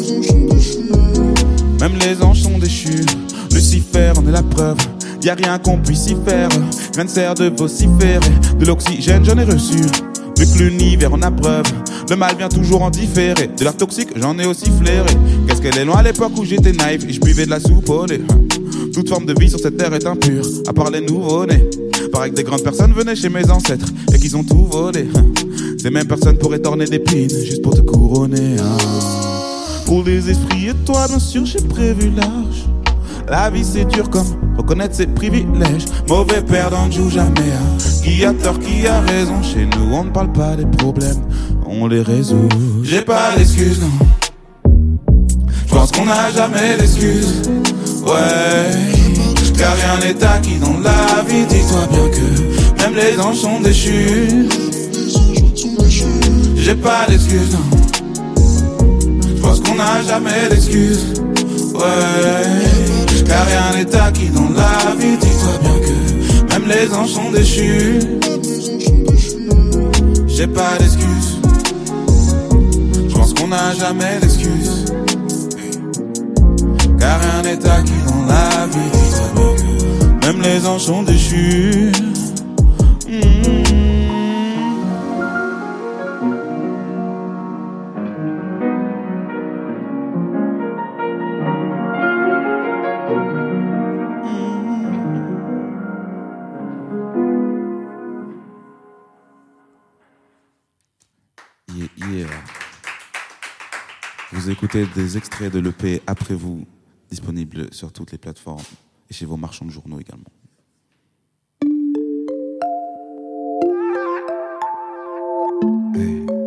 Même les anges sont déchus. Lucifer en est la preuve. Y'a rien qu'on puisse y faire. Rien ne sert de vociférer. De l'oxygène j'en ai reçu, vu que l'univers en a preuve. Le mal vient toujours en différé. De l'air toxique j'en ai aussi flairé. Qu'est-ce qu'elle est loin à l'époque où j'étais naïf et je buvais de la soupe au lait. Toute forme de vie sur cette terre est impure, à part les nouveaux-nés. Paraît que des grandes personnes venaient chez mes ancêtres et qu'ils ont tout volé. Ces mêmes personnes pourraient t'orner d'épines juste pour te couronner, hein. Pour les esprits et toi bien sûr j'ai prévu large. La vie c'est dur comme reconnaître ses privilèges. Mauvais perdant ne joue jamais, hein. Qui a tort, qui a raison. Chez nous on ne parle pas des problèmes, on les résout. J'ai pas d'excuses, non. Je pense qu'on n'a jamais d'excuses. Ouais, car rien n'est acquis dans la vie. Dis-toi bien que même les anges sont déchus. J'ai pas d'excuses, non. Je pense qu'on n'a jamais d'excuses. Ouais, car rien n'est acquis dans la vie. Dis-toi bien que même les anges sont déchus. J'ai pas d'excuses. Je pense qu'on n'a jamais d'excuses. Car rien n'est acquis dans la vie. Dis-toi bien que même les anges sont déchus. Mmh. Vous écoutez des extraits de l'E P Après vous, disponible sur toutes les plateformes et chez vos marchands de journaux également. Hey.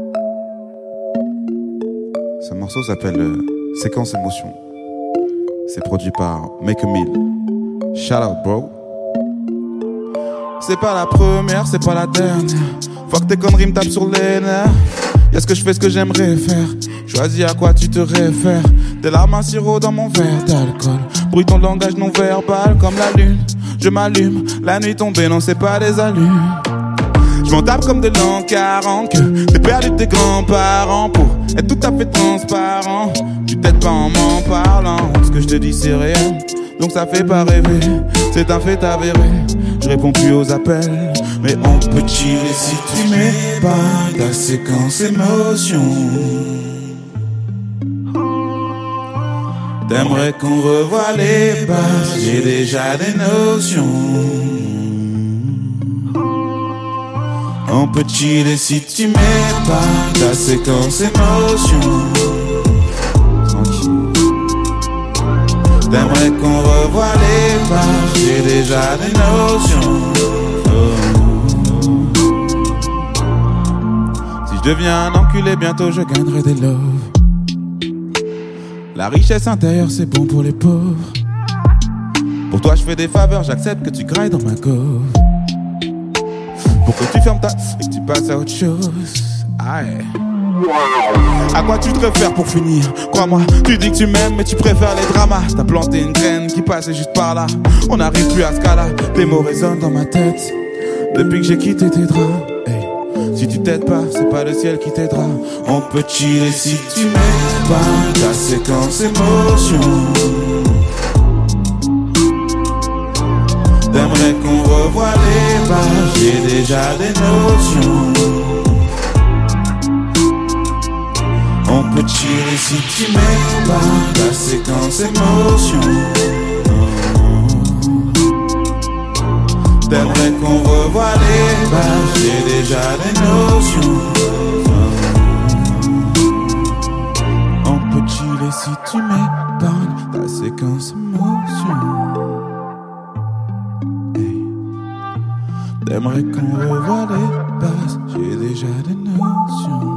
Ce morceau s'appelle euh, Séquence Émotion. C'est produit par Make a Meal. Shout out bro. C'est pas la première, c'est pas la dernière. Faut que tes conneries me tapent sur les nerfs. Y'a ce que je fais, ce que j'aimerais faire. Choisis à quoi tu te réfères. Des larmes à sirop dans mon verre d'alcool. Bruit ton langage non verbal comme la lune. Je m'allume, la nuit tombée, non c'est pas des allumes. Je m'en tape comme de l'an quarante. Que t'es perdu de tes grands-parents pour être tout à fait transparent. Tu t'aides pas en m'en parlant. Ce que je te dis c'est réel, donc ça fait pas rêver. C'est un fait avéré. Je réponds plus aux appels, mais on peut chiller si tu mets pas ta séquence émotion. T'aimerais qu'on revoie les bases, j'ai déjà des notions. On peut chiller si tu mets pas ta séquence émotion. T'aimerais qu'on revoie les pages, j'ai déjà des notions. Oh. Si je deviens un enculé, bientôt je gagnerai des loves. La richesse intérieure, c'est bon pour les pauvres. Pour toi, je fais des faveurs, j'accepte que tu grailles dans ma cove. Pour que tu fermes ta et que tu passes à autre chose. Aïe. À quoi tu te réfères pour finir? Crois-moi, tu dis que tu m'aimes mais tu préfères les dramas. T'as planté une graine qui passait juste par là. On n'arrive plus à ce cas-là. Tes mots résonnent dans ma tête depuis que j'ai quitté tes draps. Hey. Si tu t'aides pas, c'est pas le ciel qui t'aidera. On peut chiller si tu mets pas ta séquence émotion. T'aimerais qu'on revoie les pages, j'ai déjà des notions. On peut chiller si tu mets pas ta séquence émotion. T'aimerais qu'on revoie les pages, j'ai déjà des notions. On peut chiller si tu mets pas ta séquence émotion. Hey. T'aimerais qu'on revoie les bases, j'ai déjà des notions.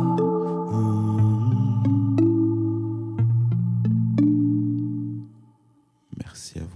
Merci à vous.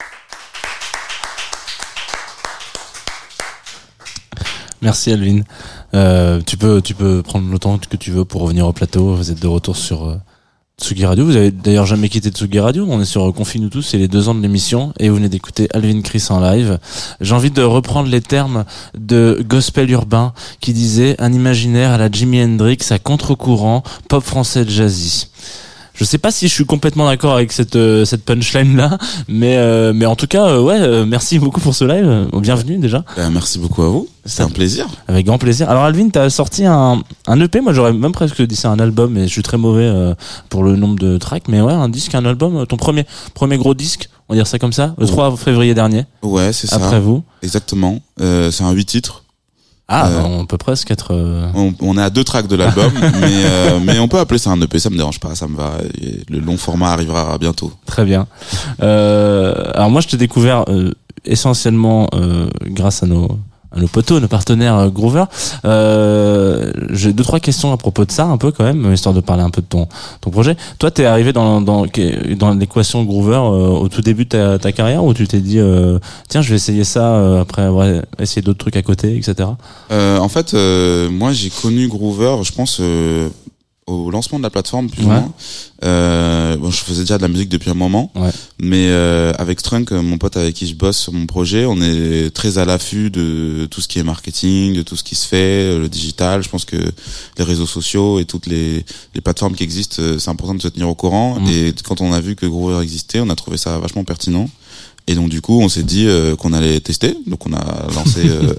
Merci Alvin. Euh, tu peux, tu peux prendre le temps que tu veux pour revenir au plateau. Vous êtes de retour sur euh, Tsugi Radio. Vous avez d'ailleurs jamais quitté Tsugi Radio. On est sur euh, Confine-nous tous. C'est les deux ans de l'émission et vous venez d'écouter Alvin Chris en live. J'ai envie de reprendre les termes de Gospel Urbain qui disait un imaginaire à la Jimi Hendrix à contre-courant, pop français jazzy. Je sais pas si je suis complètement d'accord avec cette euh, cette punchline là, mais euh, mais en tout cas euh, ouais, euh, merci beaucoup pour ce live. Euh, bienvenue déjà. Ben, merci beaucoup à vous. C'est un plaisir. Avec grand plaisir. Alors Alvin, t'as sorti un un E P. Moi j'aurais même presque dit ça un album, mais je suis très mauvais euh, pour le nombre de tracks. Mais ouais, un disque, un album. Ton premier premier gros disque, on va dire ça comme ça, le trois février dernier. Ouais, c'est ça. Après vous. Exactement. Euh, c'est un huit titres. Ah, euh, on peut presque être. Euh... On, on est à deux tracks de l'album, mais euh, mais on peut appeler ça un E P, ça me dérange pas, ça me va. Et le long format arrivera bientôt. Très bien. Euh, alors moi, je t'ai découvert euh, essentiellement euh, grâce à nos à nos potos, nos partenaires euh, Groover. Euh, j'ai deux trois questions à propos de ça, un peu quand même, histoire de parler un peu de ton ton projet. Toi, t'es arrivé dans dans dans l'équation Groover euh, au tout début de ta, ta carrière, où tu t'es dit euh, tiens, je vais essayer ça euh, après avoir essayé d'autres trucs à côté, et cetera. Euh, en fait, euh, moi, j'ai connu Groover, je pense. Euh, au lancement de la plateforme plus ouais. ou moins. Euh, bon, je faisais déjà de la musique depuis un moment, ouais. mais euh, avec Strunk, mon pote avec qui je bosse sur mon projet, on est très à l'affût de tout ce qui est marketing, de tout ce qui se fait, le digital. Je pense que les réseaux sociaux et toutes les, les plateformes qui existent, c'est important de se tenir au courant. Mmh. Et quand on a vu que Groover existait, on a trouvé ça vachement pertinent. Et donc du coup, on s'est dit euh, qu'on allait tester. Donc on a lancé. Euh...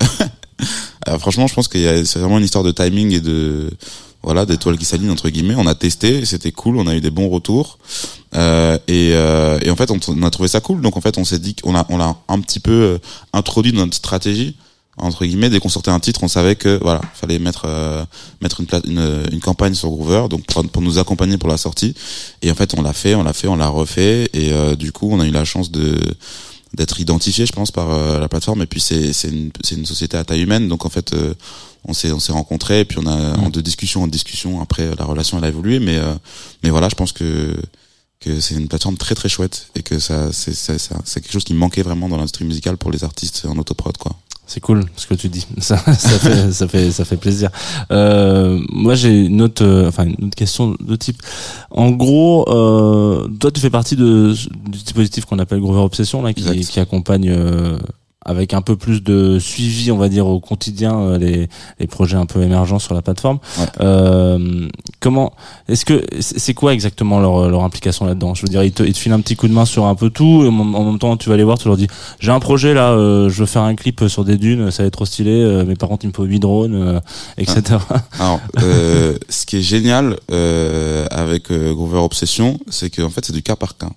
Alors, franchement, je pense qu'il y a c'est vraiment une histoire de timing et de voilà, d'étoiles qui s'alignent entre guillemets. On a testé, c'était cool, on a eu des bons retours euh, et, euh, et en fait on, on a trouvé ça cool. Donc en fait on s'est dit qu'on a on l'a un petit peu euh, introduit dans notre stratégie entre guillemets. Dès qu'on sortait un titre, on savait que voilà, fallait mettre euh, mettre une, pla- une une campagne sur Groover, donc pour, pour nous accompagner pour la sortie. Et en fait on l'a fait, on l'a fait, on l'a refait et euh, du coup on a eu la chance de d'être identifié, je pense, par euh, la plateforme. Et puis c'est c'est une c'est une société à taille humaine, donc en fait euh, on s'est on s'est rencontrés et puis on a mmh. en de discussion en discussion après la relation elle a évolué, mais euh, mais voilà, je pense que que c'est une plateforme très très chouette et que ça c'est c'est ça, c'est quelque chose qui manquait vraiment dans l'industrie musicale pour les artistes en autoprod, quoi. C'est cool ce que tu dis, ça, ça fait, ça fait, ça fait plaisir. Euh, moi, j'ai une autre, euh, enfin une autre question de type. En gros, euh, toi, tu fais partie de du dispositif qu'on appelle Groover Obsession, là, qui, qui accompagne euh, avec un peu plus de suivi, on va dire, au quotidien euh, les, les projets un peu émergents sur la plateforme. Ouais. Euh, comment, est-ce que c'est quoi exactement leur leur implication là-dedans? Je veux dire, ils te, ils te filent un petit coup de main sur un peu tout, et en même temps, tu vas les voir, tu leur dis, j'ai un projet là, euh, je veux faire un clip sur des dunes, ça va être trop stylé, euh, mais par contre, il me faut huit drones, euh, et cetera. Ah. Alors, euh, ce qui est génial euh, avec euh, Groover Obsession, c'est que en fait, c'est du cas par cas.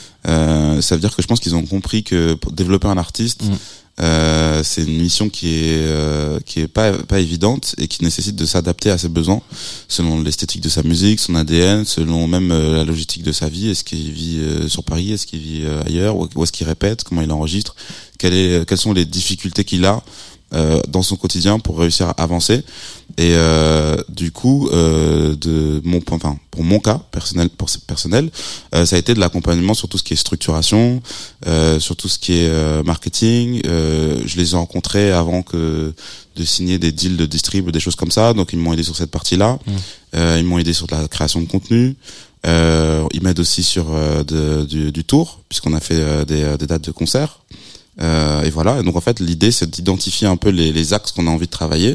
Euh, ça veut dire que je pense qu'ils ont compris que pour développer un artiste, mmh. euh, c'est une mission qui est euh, qui est pas pas évidente et qui nécessite de s'adapter à ses besoins selon l'esthétique de sa musique, son A D N, selon même euh, la logistique de sa vie. Est-ce qu'il vit euh, sur Paris, est-ce qu'il vit euh, ailleurs, ou est-ce qu'il répète, comment il enregistre, quelle est, quelles sont les difficultés qu'il a euh, dans son quotidien pour réussir à avancer. Et euh, du coup, euh, de mon, enfin pour mon cas personnel, pour personnel, euh, ça a été de l'accompagnement sur tout ce qui est structuration, euh, sur tout ce qui est euh, marketing. Euh, je les ai rencontrés avant que de signer des deals de distrib, des choses comme ça. Donc ils m'ont aidé sur cette partie-là. Mmh. Euh, ils m'ont aidé sur la création de contenu. Euh, ils m'aident aussi sur euh, de, du, du tour, puisqu'on a fait euh, des, des dates de concert. Euh, et voilà. Et donc en fait, l'idée c'est d'identifier un peu les, les axes qu'on a envie de travailler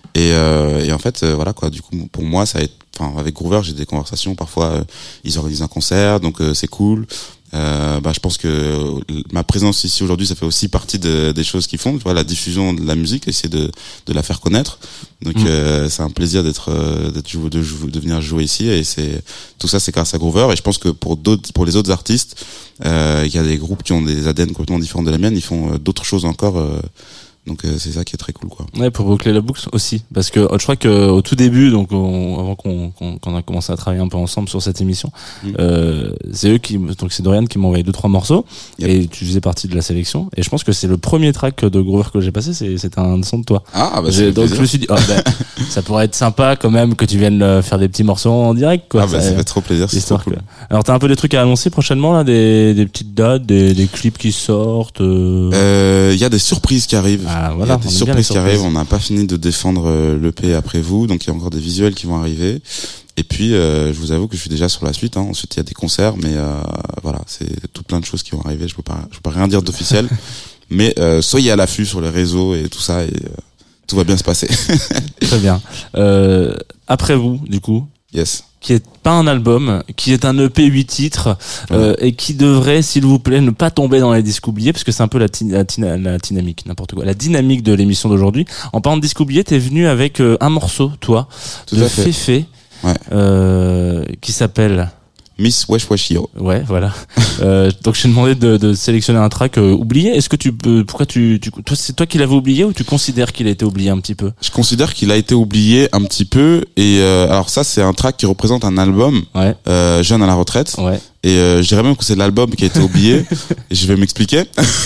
Et, euh, et en fait, euh, voilà quoi. Du coup, pour moi, ça a été, enfin, avec Groover, j'ai des conversations. Parfois, euh, ils organisent un concert, donc euh, c'est cool. Euh, bah, je pense que ma présence ici aujourd'hui, ça fait aussi partie de, des choses qu'ils font. Tu vois, la diffusion de la musique, essayer de, de la faire connaître. Donc, mmh. euh, c'est un plaisir d'être, d'être joué, de, de venir jouer ici. Et c'est tout ça, c'est grâce à Groover. Et je pense que pour d'autres, pour les autres artistes, euh, il y a des groupes qui ont des A D N complètement différents de la mienne. Ils font euh, d'autres choses encore. Euh, Donc euh, c'est ça qui est très cool quoi. Ouais, pour boucler la boucle aussi, parce que je crois que au tout début, donc on, avant qu'on, qu'on qu'on a commencé à travailler un peu ensemble sur cette émission, mmh. euh, c'est eux qui, donc c'est Dorian qui m'a envoyé deux trois morceaux yep. et tu faisais partie de la sélection. Et je pense que c'est le premier track de Groover que j'ai passé, c'est c'était un son de toi. Ah bah j'ai, c'est donc plaisir. Je me suis dit, oh, bah, ça pourrait être sympa quand même que tu viennes faire des petits morceaux en direct quoi. Ah bah ça, ça fait trop plaisir, c'est trop cool. Que... Alors t'as un peu des trucs à annoncer prochainement là, des des petites dates, des des clips qui sortent. Il euh... euh, y a des surprises qui arrivent. Ah voilà. Y a des surprises qui arrivent, on n'a pas fini de défendre euh, l'E P après vous, donc il y a encore des visuels qui vont arriver. Et puis, euh, je vous avoue que je suis déjà sur la suite. Hein. Ensuite, il y a des concerts, mais euh, voilà, c'est tout plein de choses qui vont arriver. Je peux pas, je peux pas rien dire d'officiel, mais euh, soyez à l'affût sur les réseaux et tout ça, et euh, tout va bien se passer. Très bien. Euh, après vous, du coup. Yes. Qui est pas un album, qui est un E P huit titres, ouais. euh, et qui devrait, s'il vous plaît, ne pas tomber dans les disques oubliés, parce que c'est un peu la, ti- la, ti- la dynamique, n'importe quoi, la dynamique de l'émission d'aujourd'hui. En parlant de disques oubliés, t'es venu avec euh, un morceau, toi, Tout de à fait. Féfé, ouais. euh, qui s'appelle Miss Wesh Wesh Yo. Ouais, voilà. euh, donc je t'ai demandé de, de sélectionner un track euh, oublié. Est-ce que tu peux, pourquoi tu, tu, toi, c'est toi qui l'avais oublié ou tu considères qu'il a été oublié un petit peu? Je considère qu'il a été oublié un petit peu. Et euh, alors ça, c'est un track qui représente un album, ouais. euh, Jeune à la retraite. Ouais. Et euh, je dirais même que c'est l'album qui a été oublié. Et je vais m'expliquer.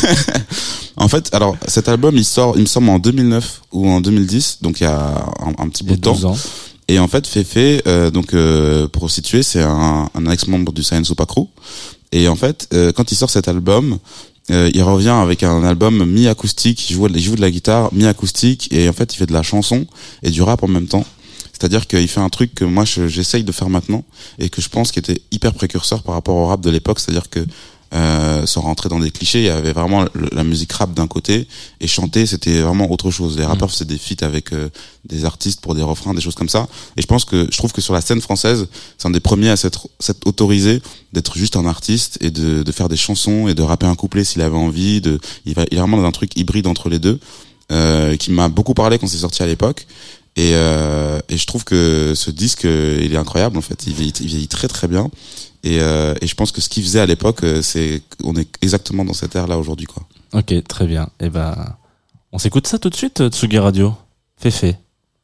En fait, alors cet album, il sort, il me semble en deux mille neuf ou en deux mille dix, donc il y a un, un petit bout de temps. Ans. Et en fait, Féfé, euh, donc euh, pour situer, c'est un, un ex-membre du Science Sopa Crew. Et en fait, euh, quand il sort cet album, euh, il revient avec un album mi-acoustique. Il joue, il joue de la guitare mi-acoustique et en fait, il fait de la chanson et du rap en même temps. C'est-à-dire qu'il fait un truc que moi, je, j'essaye de faire maintenant et que je pense qu'il était hyper précurseur par rapport au rap de l'époque. C'est-à-dire que Euh, sans rentrer dans des clichés, il y avait vraiment le, la musique rap d'un côté et chanter c'était vraiment autre chose. Les rappeurs faisaient des feats avec euh, des artistes pour des refrains, des choses comme ça. Et je pense que je trouve que sur la scène française, c'est un des premiers à s'être, s'être autorisé d'être juste un artiste et de, de faire des chansons et de rapper un couplet s'il avait envie. De, il, va, il est vraiment dans un truc hybride entre les deux, euh, qui m'a beaucoup parlé quand c'est sorti à l'époque. Et, euh, et je trouve que ce disque, il est incroyable en fait. Il vieillit, il vieillit très très bien. Et, euh, et je pense que ce qu'il faisait à l'époque, c'est on est exactement dans cette ère là aujourd'hui quoi. Ok, très bien. Et ben, on s'écoute ça tout de suite, Tsugi Radio. Féfé.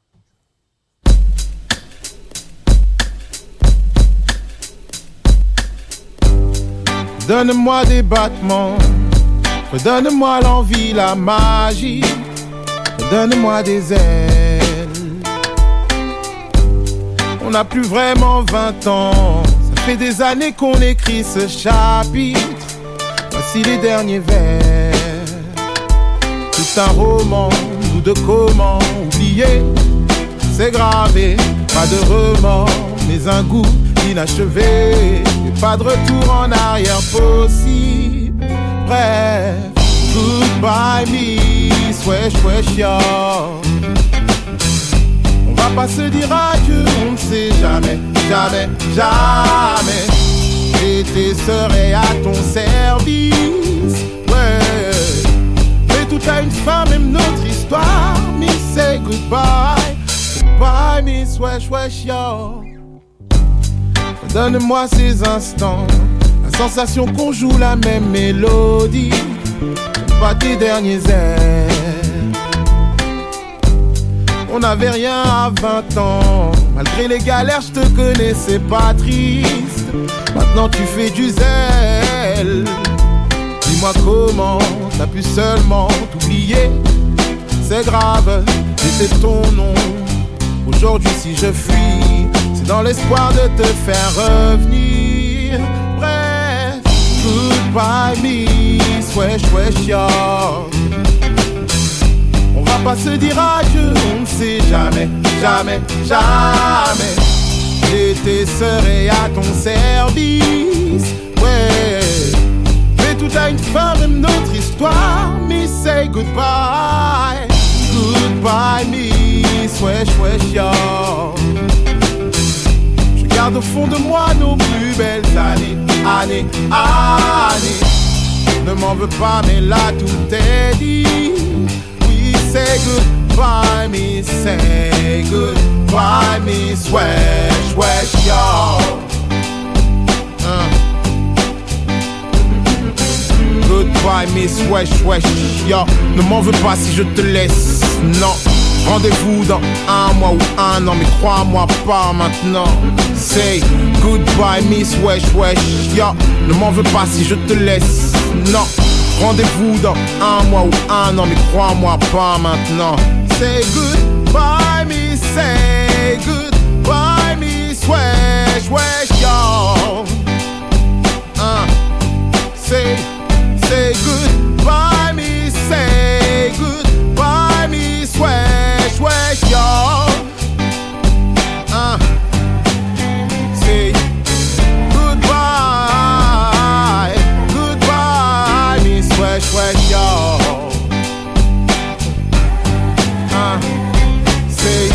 Donne-moi des battements, redonne-moi l'envie, la magie, redonne-moi des ailes. On n'a plus vraiment vingt ans. Ça fait des années qu'on écrit ce chapitre. Voici les derniers vers. Tout un roman, ou de comment oublier. C'est gravé, pas de remords, mais un goût inachevé. Et pas de retour en arrière possible. Bref, goodbye miss, wesh wesh yo. On va pas se dire adieu, on ne sait jamais, jamais, jamais. J'étais serai à ton service, ouais. Mais tout a une fin, même notre histoire. Miss, say goodbye, goodbye, miss, wesh, wesh, yo. Donne-moi ces instants, la sensation qu'on joue la même mélodie. Pas tes derniers airs. On n'avait rien à vingt ans. Malgré les galères, je te connais, c'est pas triste. Maintenant tu fais du zèle. Dis-moi comment t'as pu seulement t'oublier. C'est grave, j'étais ton nom. Aujourd'hui si je fuis, c'est dans l'espoir de te faire revenir. Bref, goodbye miss, wesh wesh yo. On va pas se dire adieu, on ne sait jamais, jamais, jamais. J'étais serai à ton service, ouais. Mais tout a une fin, même notre histoire. Miss, say goodbye, goodbye, miss, miss, wesh, wesh, yo. Je garde au fond de moi nos plus belles années, années, années. Ne m'en veux pas, mais là tout est dit. We say goodbye, miss, say goodbye, miss, wesh, wesh, yo. Uh. Goodbye, miss, wesh, wesh, yo. Ne m'en veux pas si je te laisse, non. Rendez-vous dans un mois ou un an, mais crois-moi pas maintenant. Say goodbye, miss, wesh, wesh, yo. Ne m'en veux pas si je te laisse, non. Rendez-vous dans un mois ou un an, mais crois-moi pas maintenant. Say goodbye, miss, say goodbye, miss, wesh, wesh, yo. Uh. Say, say goodbye, miss, say goodbye, miss, wesh, wesh, yo. Uh. Say goodbye, goodbye, miss, wesh, wesh, yo. Uh. Say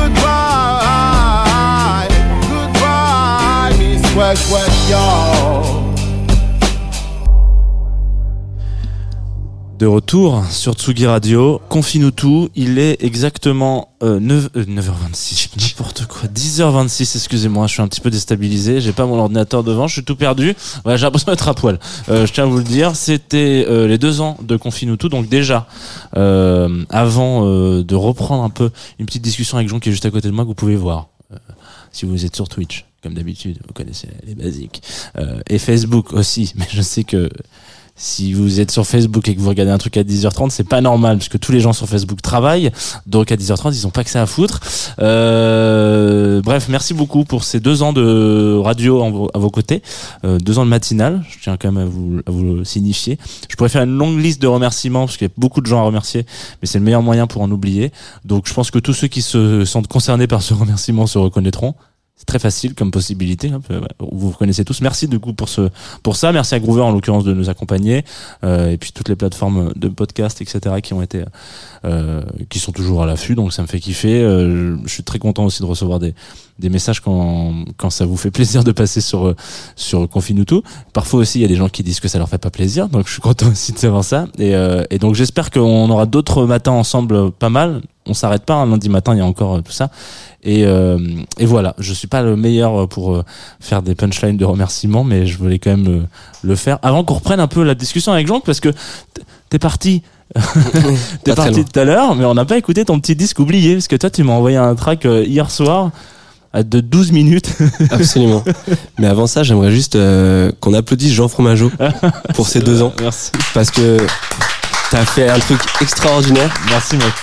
goodbye, goodbye, miss, wesh, wesh, yo. De retour sur Tsugi Radio, confie-nous tout, il est exactement euh, neuf, euh, neuf heures vingt-six, n'importe quoi, dix heures vingt-six, excusez-moi, je suis un petit peu déstabilisé, j'ai pas mon ordinateur devant, je suis tout perdu, ouais, j'ai l'impression d'être à poil. Euh, je tiens à vous le dire, c'était euh, les deux ans de confie-nous tout, donc déjà, euh, avant euh, de reprendre un peu une petite discussion avec Jean qui est juste à côté de moi, que vous pouvez voir, euh, si vous êtes sur Twitch, comme d'habitude, vous connaissez les basiques, euh, et Facebook aussi, mais je sais que si vous êtes sur Facebook et que vous regardez un truc à dix heures trente, c'est pas normal parce que tous les gens sur Facebook travaillent, donc à dix heures trente ils ont pas que ça à foutre. Euh, bref, merci beaucoup pour ces deux ans de radio en, à vos côtés, euh, deux ans de matinale. Je tiens quand même à vous, à vous le signifier. Je pourrais faire une longue liste de remerciements parce qu'il y a beaucoup de gens à remercier, mais c'est le meilleur moyen pour en oublier. Donc je pense que tous ceux qui se sentent concernés par ce remerciement se reconnaîtront. C'est très facile comme possibilité, hein. Vous vous connaissez tous. Merci du coup pour ce pour ça. Merci à Groover en l'occurrence de nous accompagner, euh, et puis toutes les plateformes de podcast, et cetera qui ont été, euh, qui sont toujours à l'affût. Donc ça me fait kiffer. Euh, je suis très content aussi de recevoir des des messages quand quand ça vous fait plaisir de passer sur sur Confie-nous tout. Parfois aussi il y a des gens qui disent que ça leur fait pas plaisir. Donc je suis content aussi de savoir ça. Et euh, et donc j'espère qu'on aura d'autres matins ensemble, pas mal. On s'arrête pas, un lundi matin il y a encore euh, tout ça. Et, euh, et voilà, je suis pas le meilleur pour euh, faire des punchlines de remerciements, mais je voulais quand même euh, le faire avant qu'on reprenne un peu la discussion avec Jean, parce que t'es parti t'es parti tout à l'heure, mais on n'a pas écouté ton petit disque oublié, parce que toi tu m'as envoyé un track euh, hier soir de douze minutes. Absolument. Mais avant ça, j'aimerais juste euh, qu'on applaudisse Jean Fromageau pour ces deux ans. Merci. Parce que t'as fait un truc extraordinaire. Merci mec.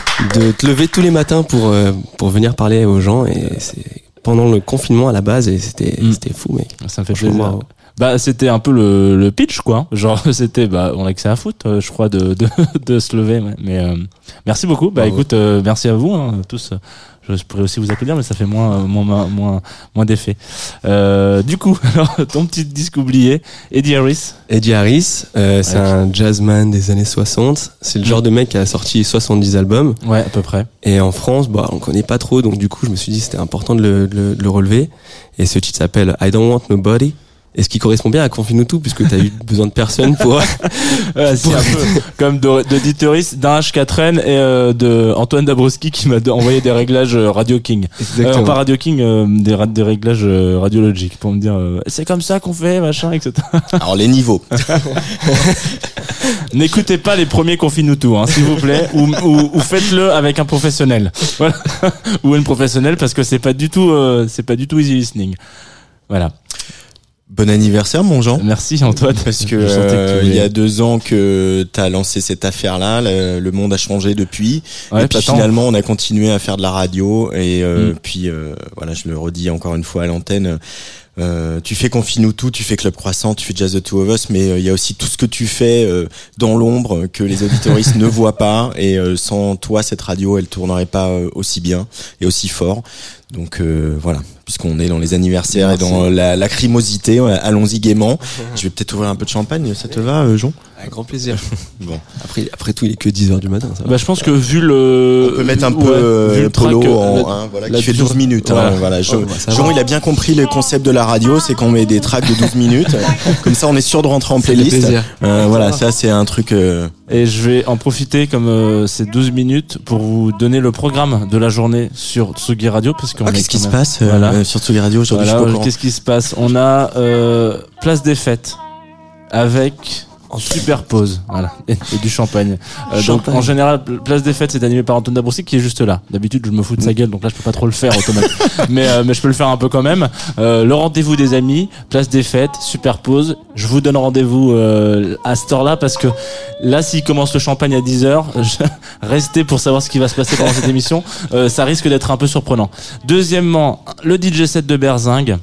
De te lever tous les matins pour euh, pour venir parler aux gens, et c'est pendant le confinement à la base, et c'était mm. c'était fou mec. Ça me fait plaisir. Bravo. Bah c'était un peu le, le pitch quoi. Genre c'était bah on a que ça à foutre, euh, je crois, de de de se lever. Ouais. Mais euh, merci beaucoup. Bah bravo. Écoute, euh, merci à vous hein, tous. Je pourrais aussi vous applaudir, mais ça fait moins moins moins moins d'effet. Euh, du coup, alors ton petit disque oublié, Eddie Harris. Eddie Harris, euh, c'est ouais, un jazzman des années soixante. C'est le genre de mec qui a sorti soixante-dix albums. Ouais, à peu près. Et en France, bah on connaît pas trop, donc du coup je me suis dit c'était important de le, de le, de le relever. Et ce titre s'appelle I Don't Want Nobody. Et ce qui correspond bien à Confie-nous tout, puisque t'as eu besoin de personne pour... ouais, c'est pour... un peu comme d'auditeuriste d'un H quatre N et euh, de Antoine Dabrowski qui m'a envoyé des réglages Radio King. Exactement. Euh, pas Radio King, euh, des, des réglages euh, radiologiques pour me dire euh, c'est comme ça qu'on fait, machin, et cetera. Alors les niveaux. N'écoutez pas les premiers Confie-nous tout, hein, s'il vous plaît, ou, ou, ou faites-le avec un professionnel. Voilà. Ou une professionnelle, parce que c'est pas du tout, euh, c'est pas du tout easy listening. Voilà. Bon anniversaire mon Jean. Merci Antoine. Parce que, euh, il y a deux ans que t'as lancé cette affaire-là, le, le monde a changé depuis. Ouais, et puis finalement on a continué à faire de la radio, et euh, mm. puis euh, voilà, je le redis encore une fois à l'antenne, Euh, tu fais Confine-nous tout, tu fais Club Croissant, tu fais Jazz the Two of Us, mais il euh, y a aussi tout ce que tu fais euh, dans l'ombre que les auditoristes ne voient pas. Et euh, sans toi, cette radio, elle tournerait pas euh, aussi bien et aussi fort. Donc euh, voilà, puisqu'on est dans les anniversaires Merci. Et dans la lacrymosité, allons-y gaiement. Je vais peut-être ouvrir un peu de champagne, ça te va, euh, Jean ? Avec grand plaisir. Bon. Après, après tout, il est que dix heures du matin. Ça va. Bah, je pense que vu le, on peut mettre un peu ouais, euh, le polo track, en, la, hein, voilà, qui fait douze minutes. Voilà. Hein, voilà. Je, oh, bah, Jean, il a bien compris le concept de la radio, c'est qu'on met des tracks de douze minutes. Comme ça, on est sûr de rentrer en playlist. Euh, voilà, ça, c'est un truc. Euh... Et je vais en profiter comme euh, ces douze minutes pour vous donner le programme de la journée sur Tsugi Radio, parce qu'on ah, qu'est-ce qui même... se passe voilà. euh, sur Tsugi Radio aujourd'hui? Voilà, qu'est-ce qui se passe? On a euh, Place des Fêtes avec en superpose, voilà, et, et du champagne. Euh, champagne. Donc en général, Place des Fêtes, c'est animé par Antoine Dabrowski qui est juste là. D'habitude, je me fous de sa gueule, donc là, je peux pas trop le faire automatiquement. mais euh, mais je peux le faire un peu quand même. Euh, le rendez-vous des amis, Place des Fêtes, superpose. Je vous donne rendez-vous euh, à cette heure-là parce que là, s'il commence le champagne à dix heures, je... restez pour savoir ce qui va se passer pendant cette émission. Euh, ça risque d'être un peu surprenant. Deuxièmement, le D J set de Berzingue,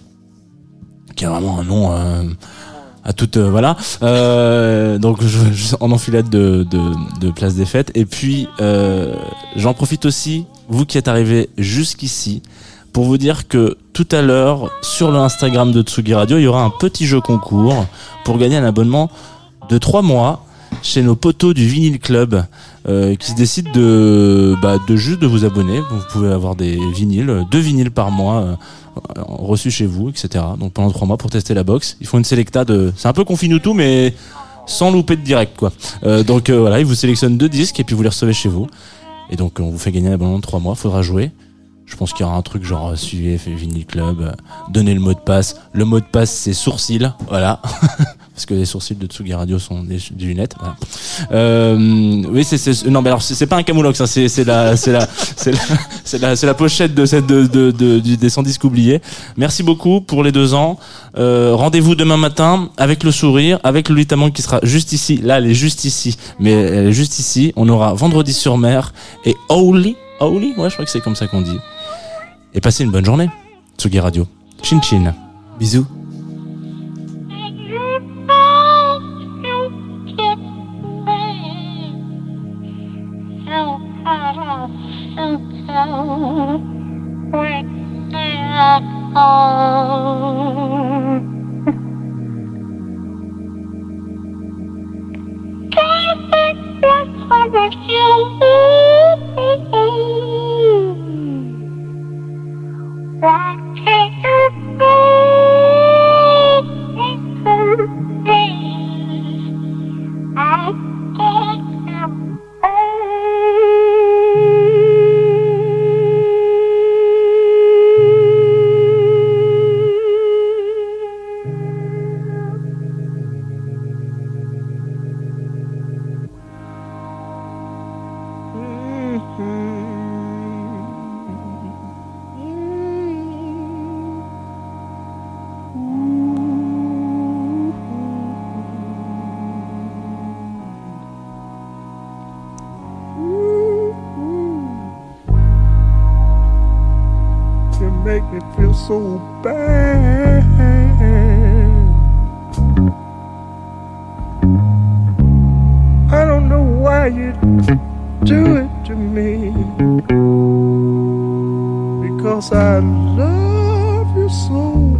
qui a vraiment un nom. Euh... à toute euh, voilà euh, donc je, je, en enfilade de, de, de Place des Fêtes. Et puis euh, j'en profite aussi, vous qui êtes arrivés jusqu'ici, pour vous dire que tout à l'heure sur le Instagram de Tsugi Radio, il y aura un petit jeu concours pour gagner un abonnement de trois mois chez nos potos du Vinyl Club, euh, qui se décident de bah de juste de vous abonner. Vous pouvez avoir des vinyles, deux vinyles par mois euh, reçus chez vous, et cetera. Donc pendant trois mois pour tester la box. Ils font une sélecta de, c'est un peu Confine-nous tout, mais sans louper de direct, quoi. Euh, donc euh, voilà, ils vous sélectionnent deux disques et puis vous les recevez chez vous. Et donc on vous fait gagner un abonnement de trois mois. Faudra jouer. Je pense qu'il y aura un truc genre suivez Vinyl Club, euh, donnez le mot de passe. Le mot de passe c'est sourcil, voilà. Parce que les sourcils de Tsugi Radio sont des, des lunettes. Voilà. Euh, oui, c'est, c'est non, mais alors c'est, c'est pas un camoulox, hein, c'est c'est la c'est la c'est la c'est la c'est la pochette de cette de de, de du des cent disques oubliés. Merci beaucoup pour les deux ans. Euh, rendez-vous demain matin avec le sourire, avec Lolita Mang qui sera juste ici. Là, elle est juste ici, mais elle est juste ici. On aura Vendredi sur Mer et Holy Holy, ouais, je crois que c'est comme ça qu'on dit. Et passez une bonne journée. Tsugi Radio. Chin chin. Bisous. So bad. I don't know why you do it to me, because I love you so.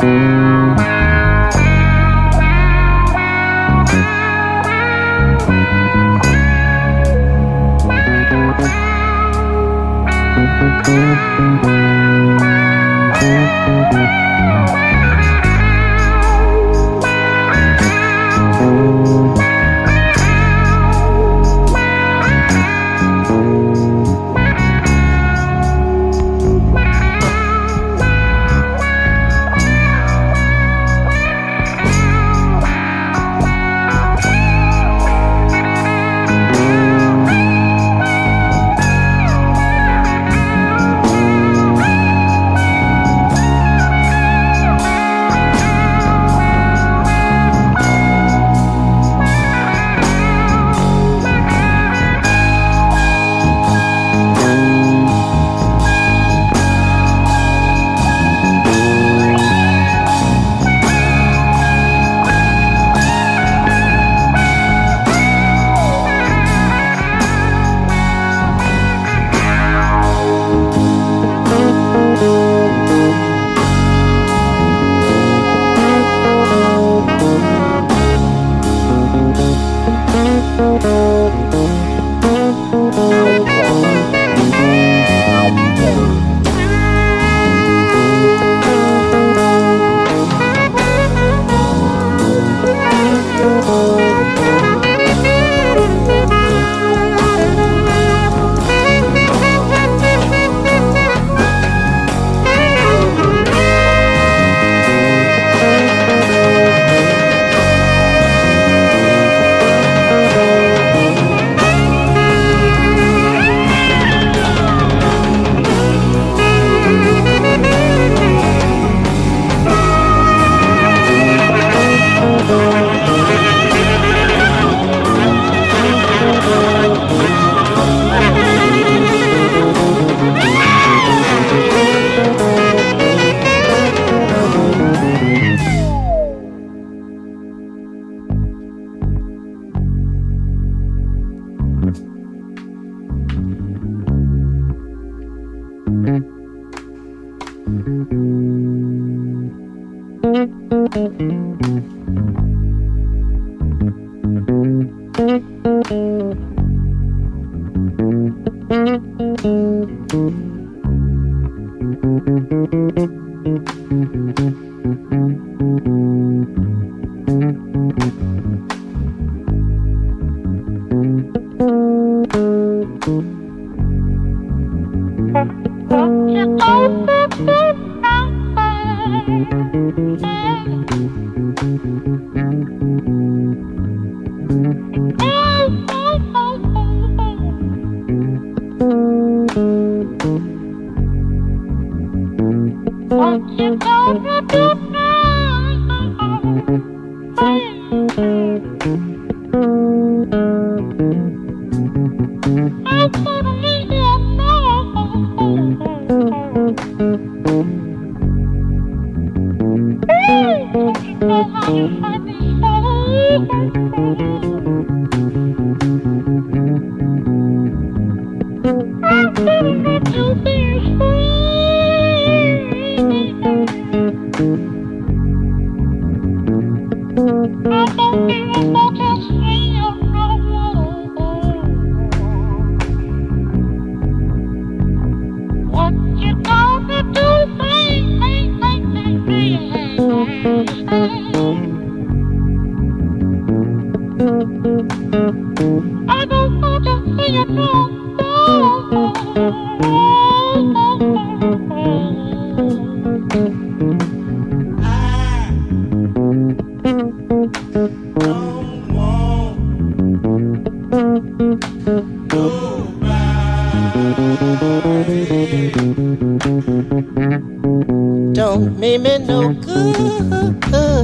Don't mean me no good.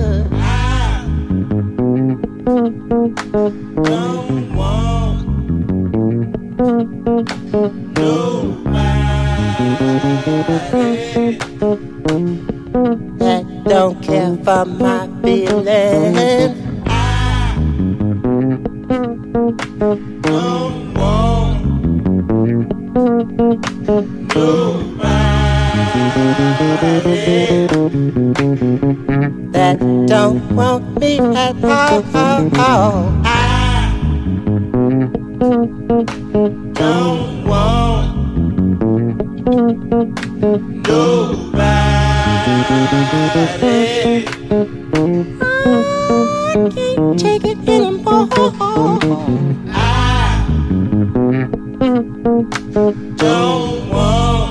Don't want nobody that don't care for my feelings. Don't want nobody don't want me at all. I don't want nobody. I can't take it anymore. I don't want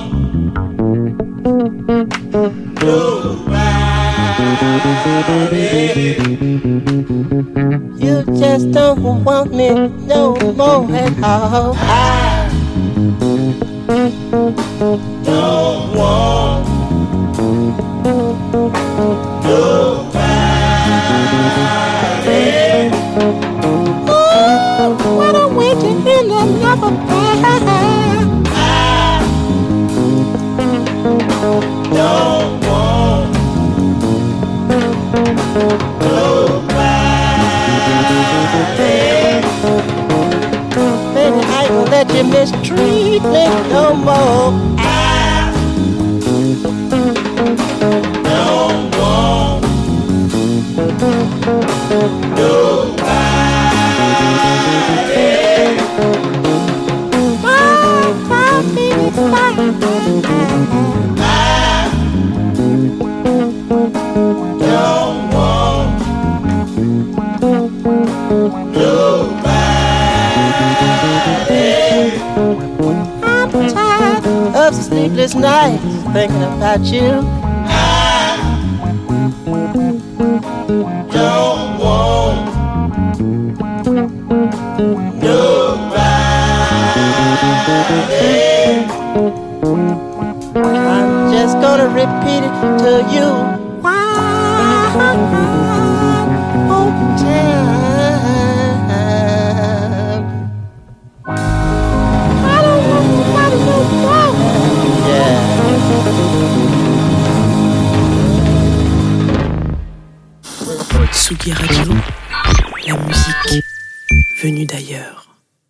nobody. You just don't want me no more at all. I don't want nobody. Ooh, what a way to end another path. I don't want nobody. Baby, I ain't gonna let you mistreat me no more. I don't want nobody. My, my baby, my, I don't want nobody. I'm tired of sleepless nights thinking about you. I don't want nobody. I'm just gonna repeat it to you. One more time. I don't want nobody no more. Yeah. Tsugi Radio, la musique venue d'ailleurs.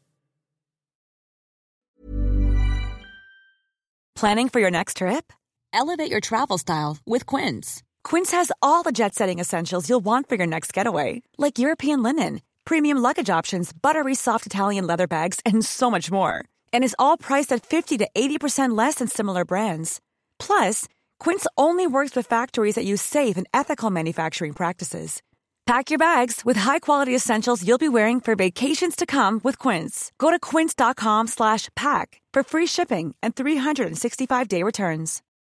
Planning for your next trip? Elevate your travel style with Quince. Quince has all the jet-setting essentials you'll want for your next getaway, like European linen, premium luggage options, buttery soft Italian leather bags, and so much more. And is all priced at fifty to eighty percent less than similar brands. Plus, Quince only works with factories that use safe and ethical manufacturing practices. Pack your bags with high-quality essentials you'll be wearing for vacations to come with Quince. Go to quince.com slash pack for free shipping and three sixty-five day returns.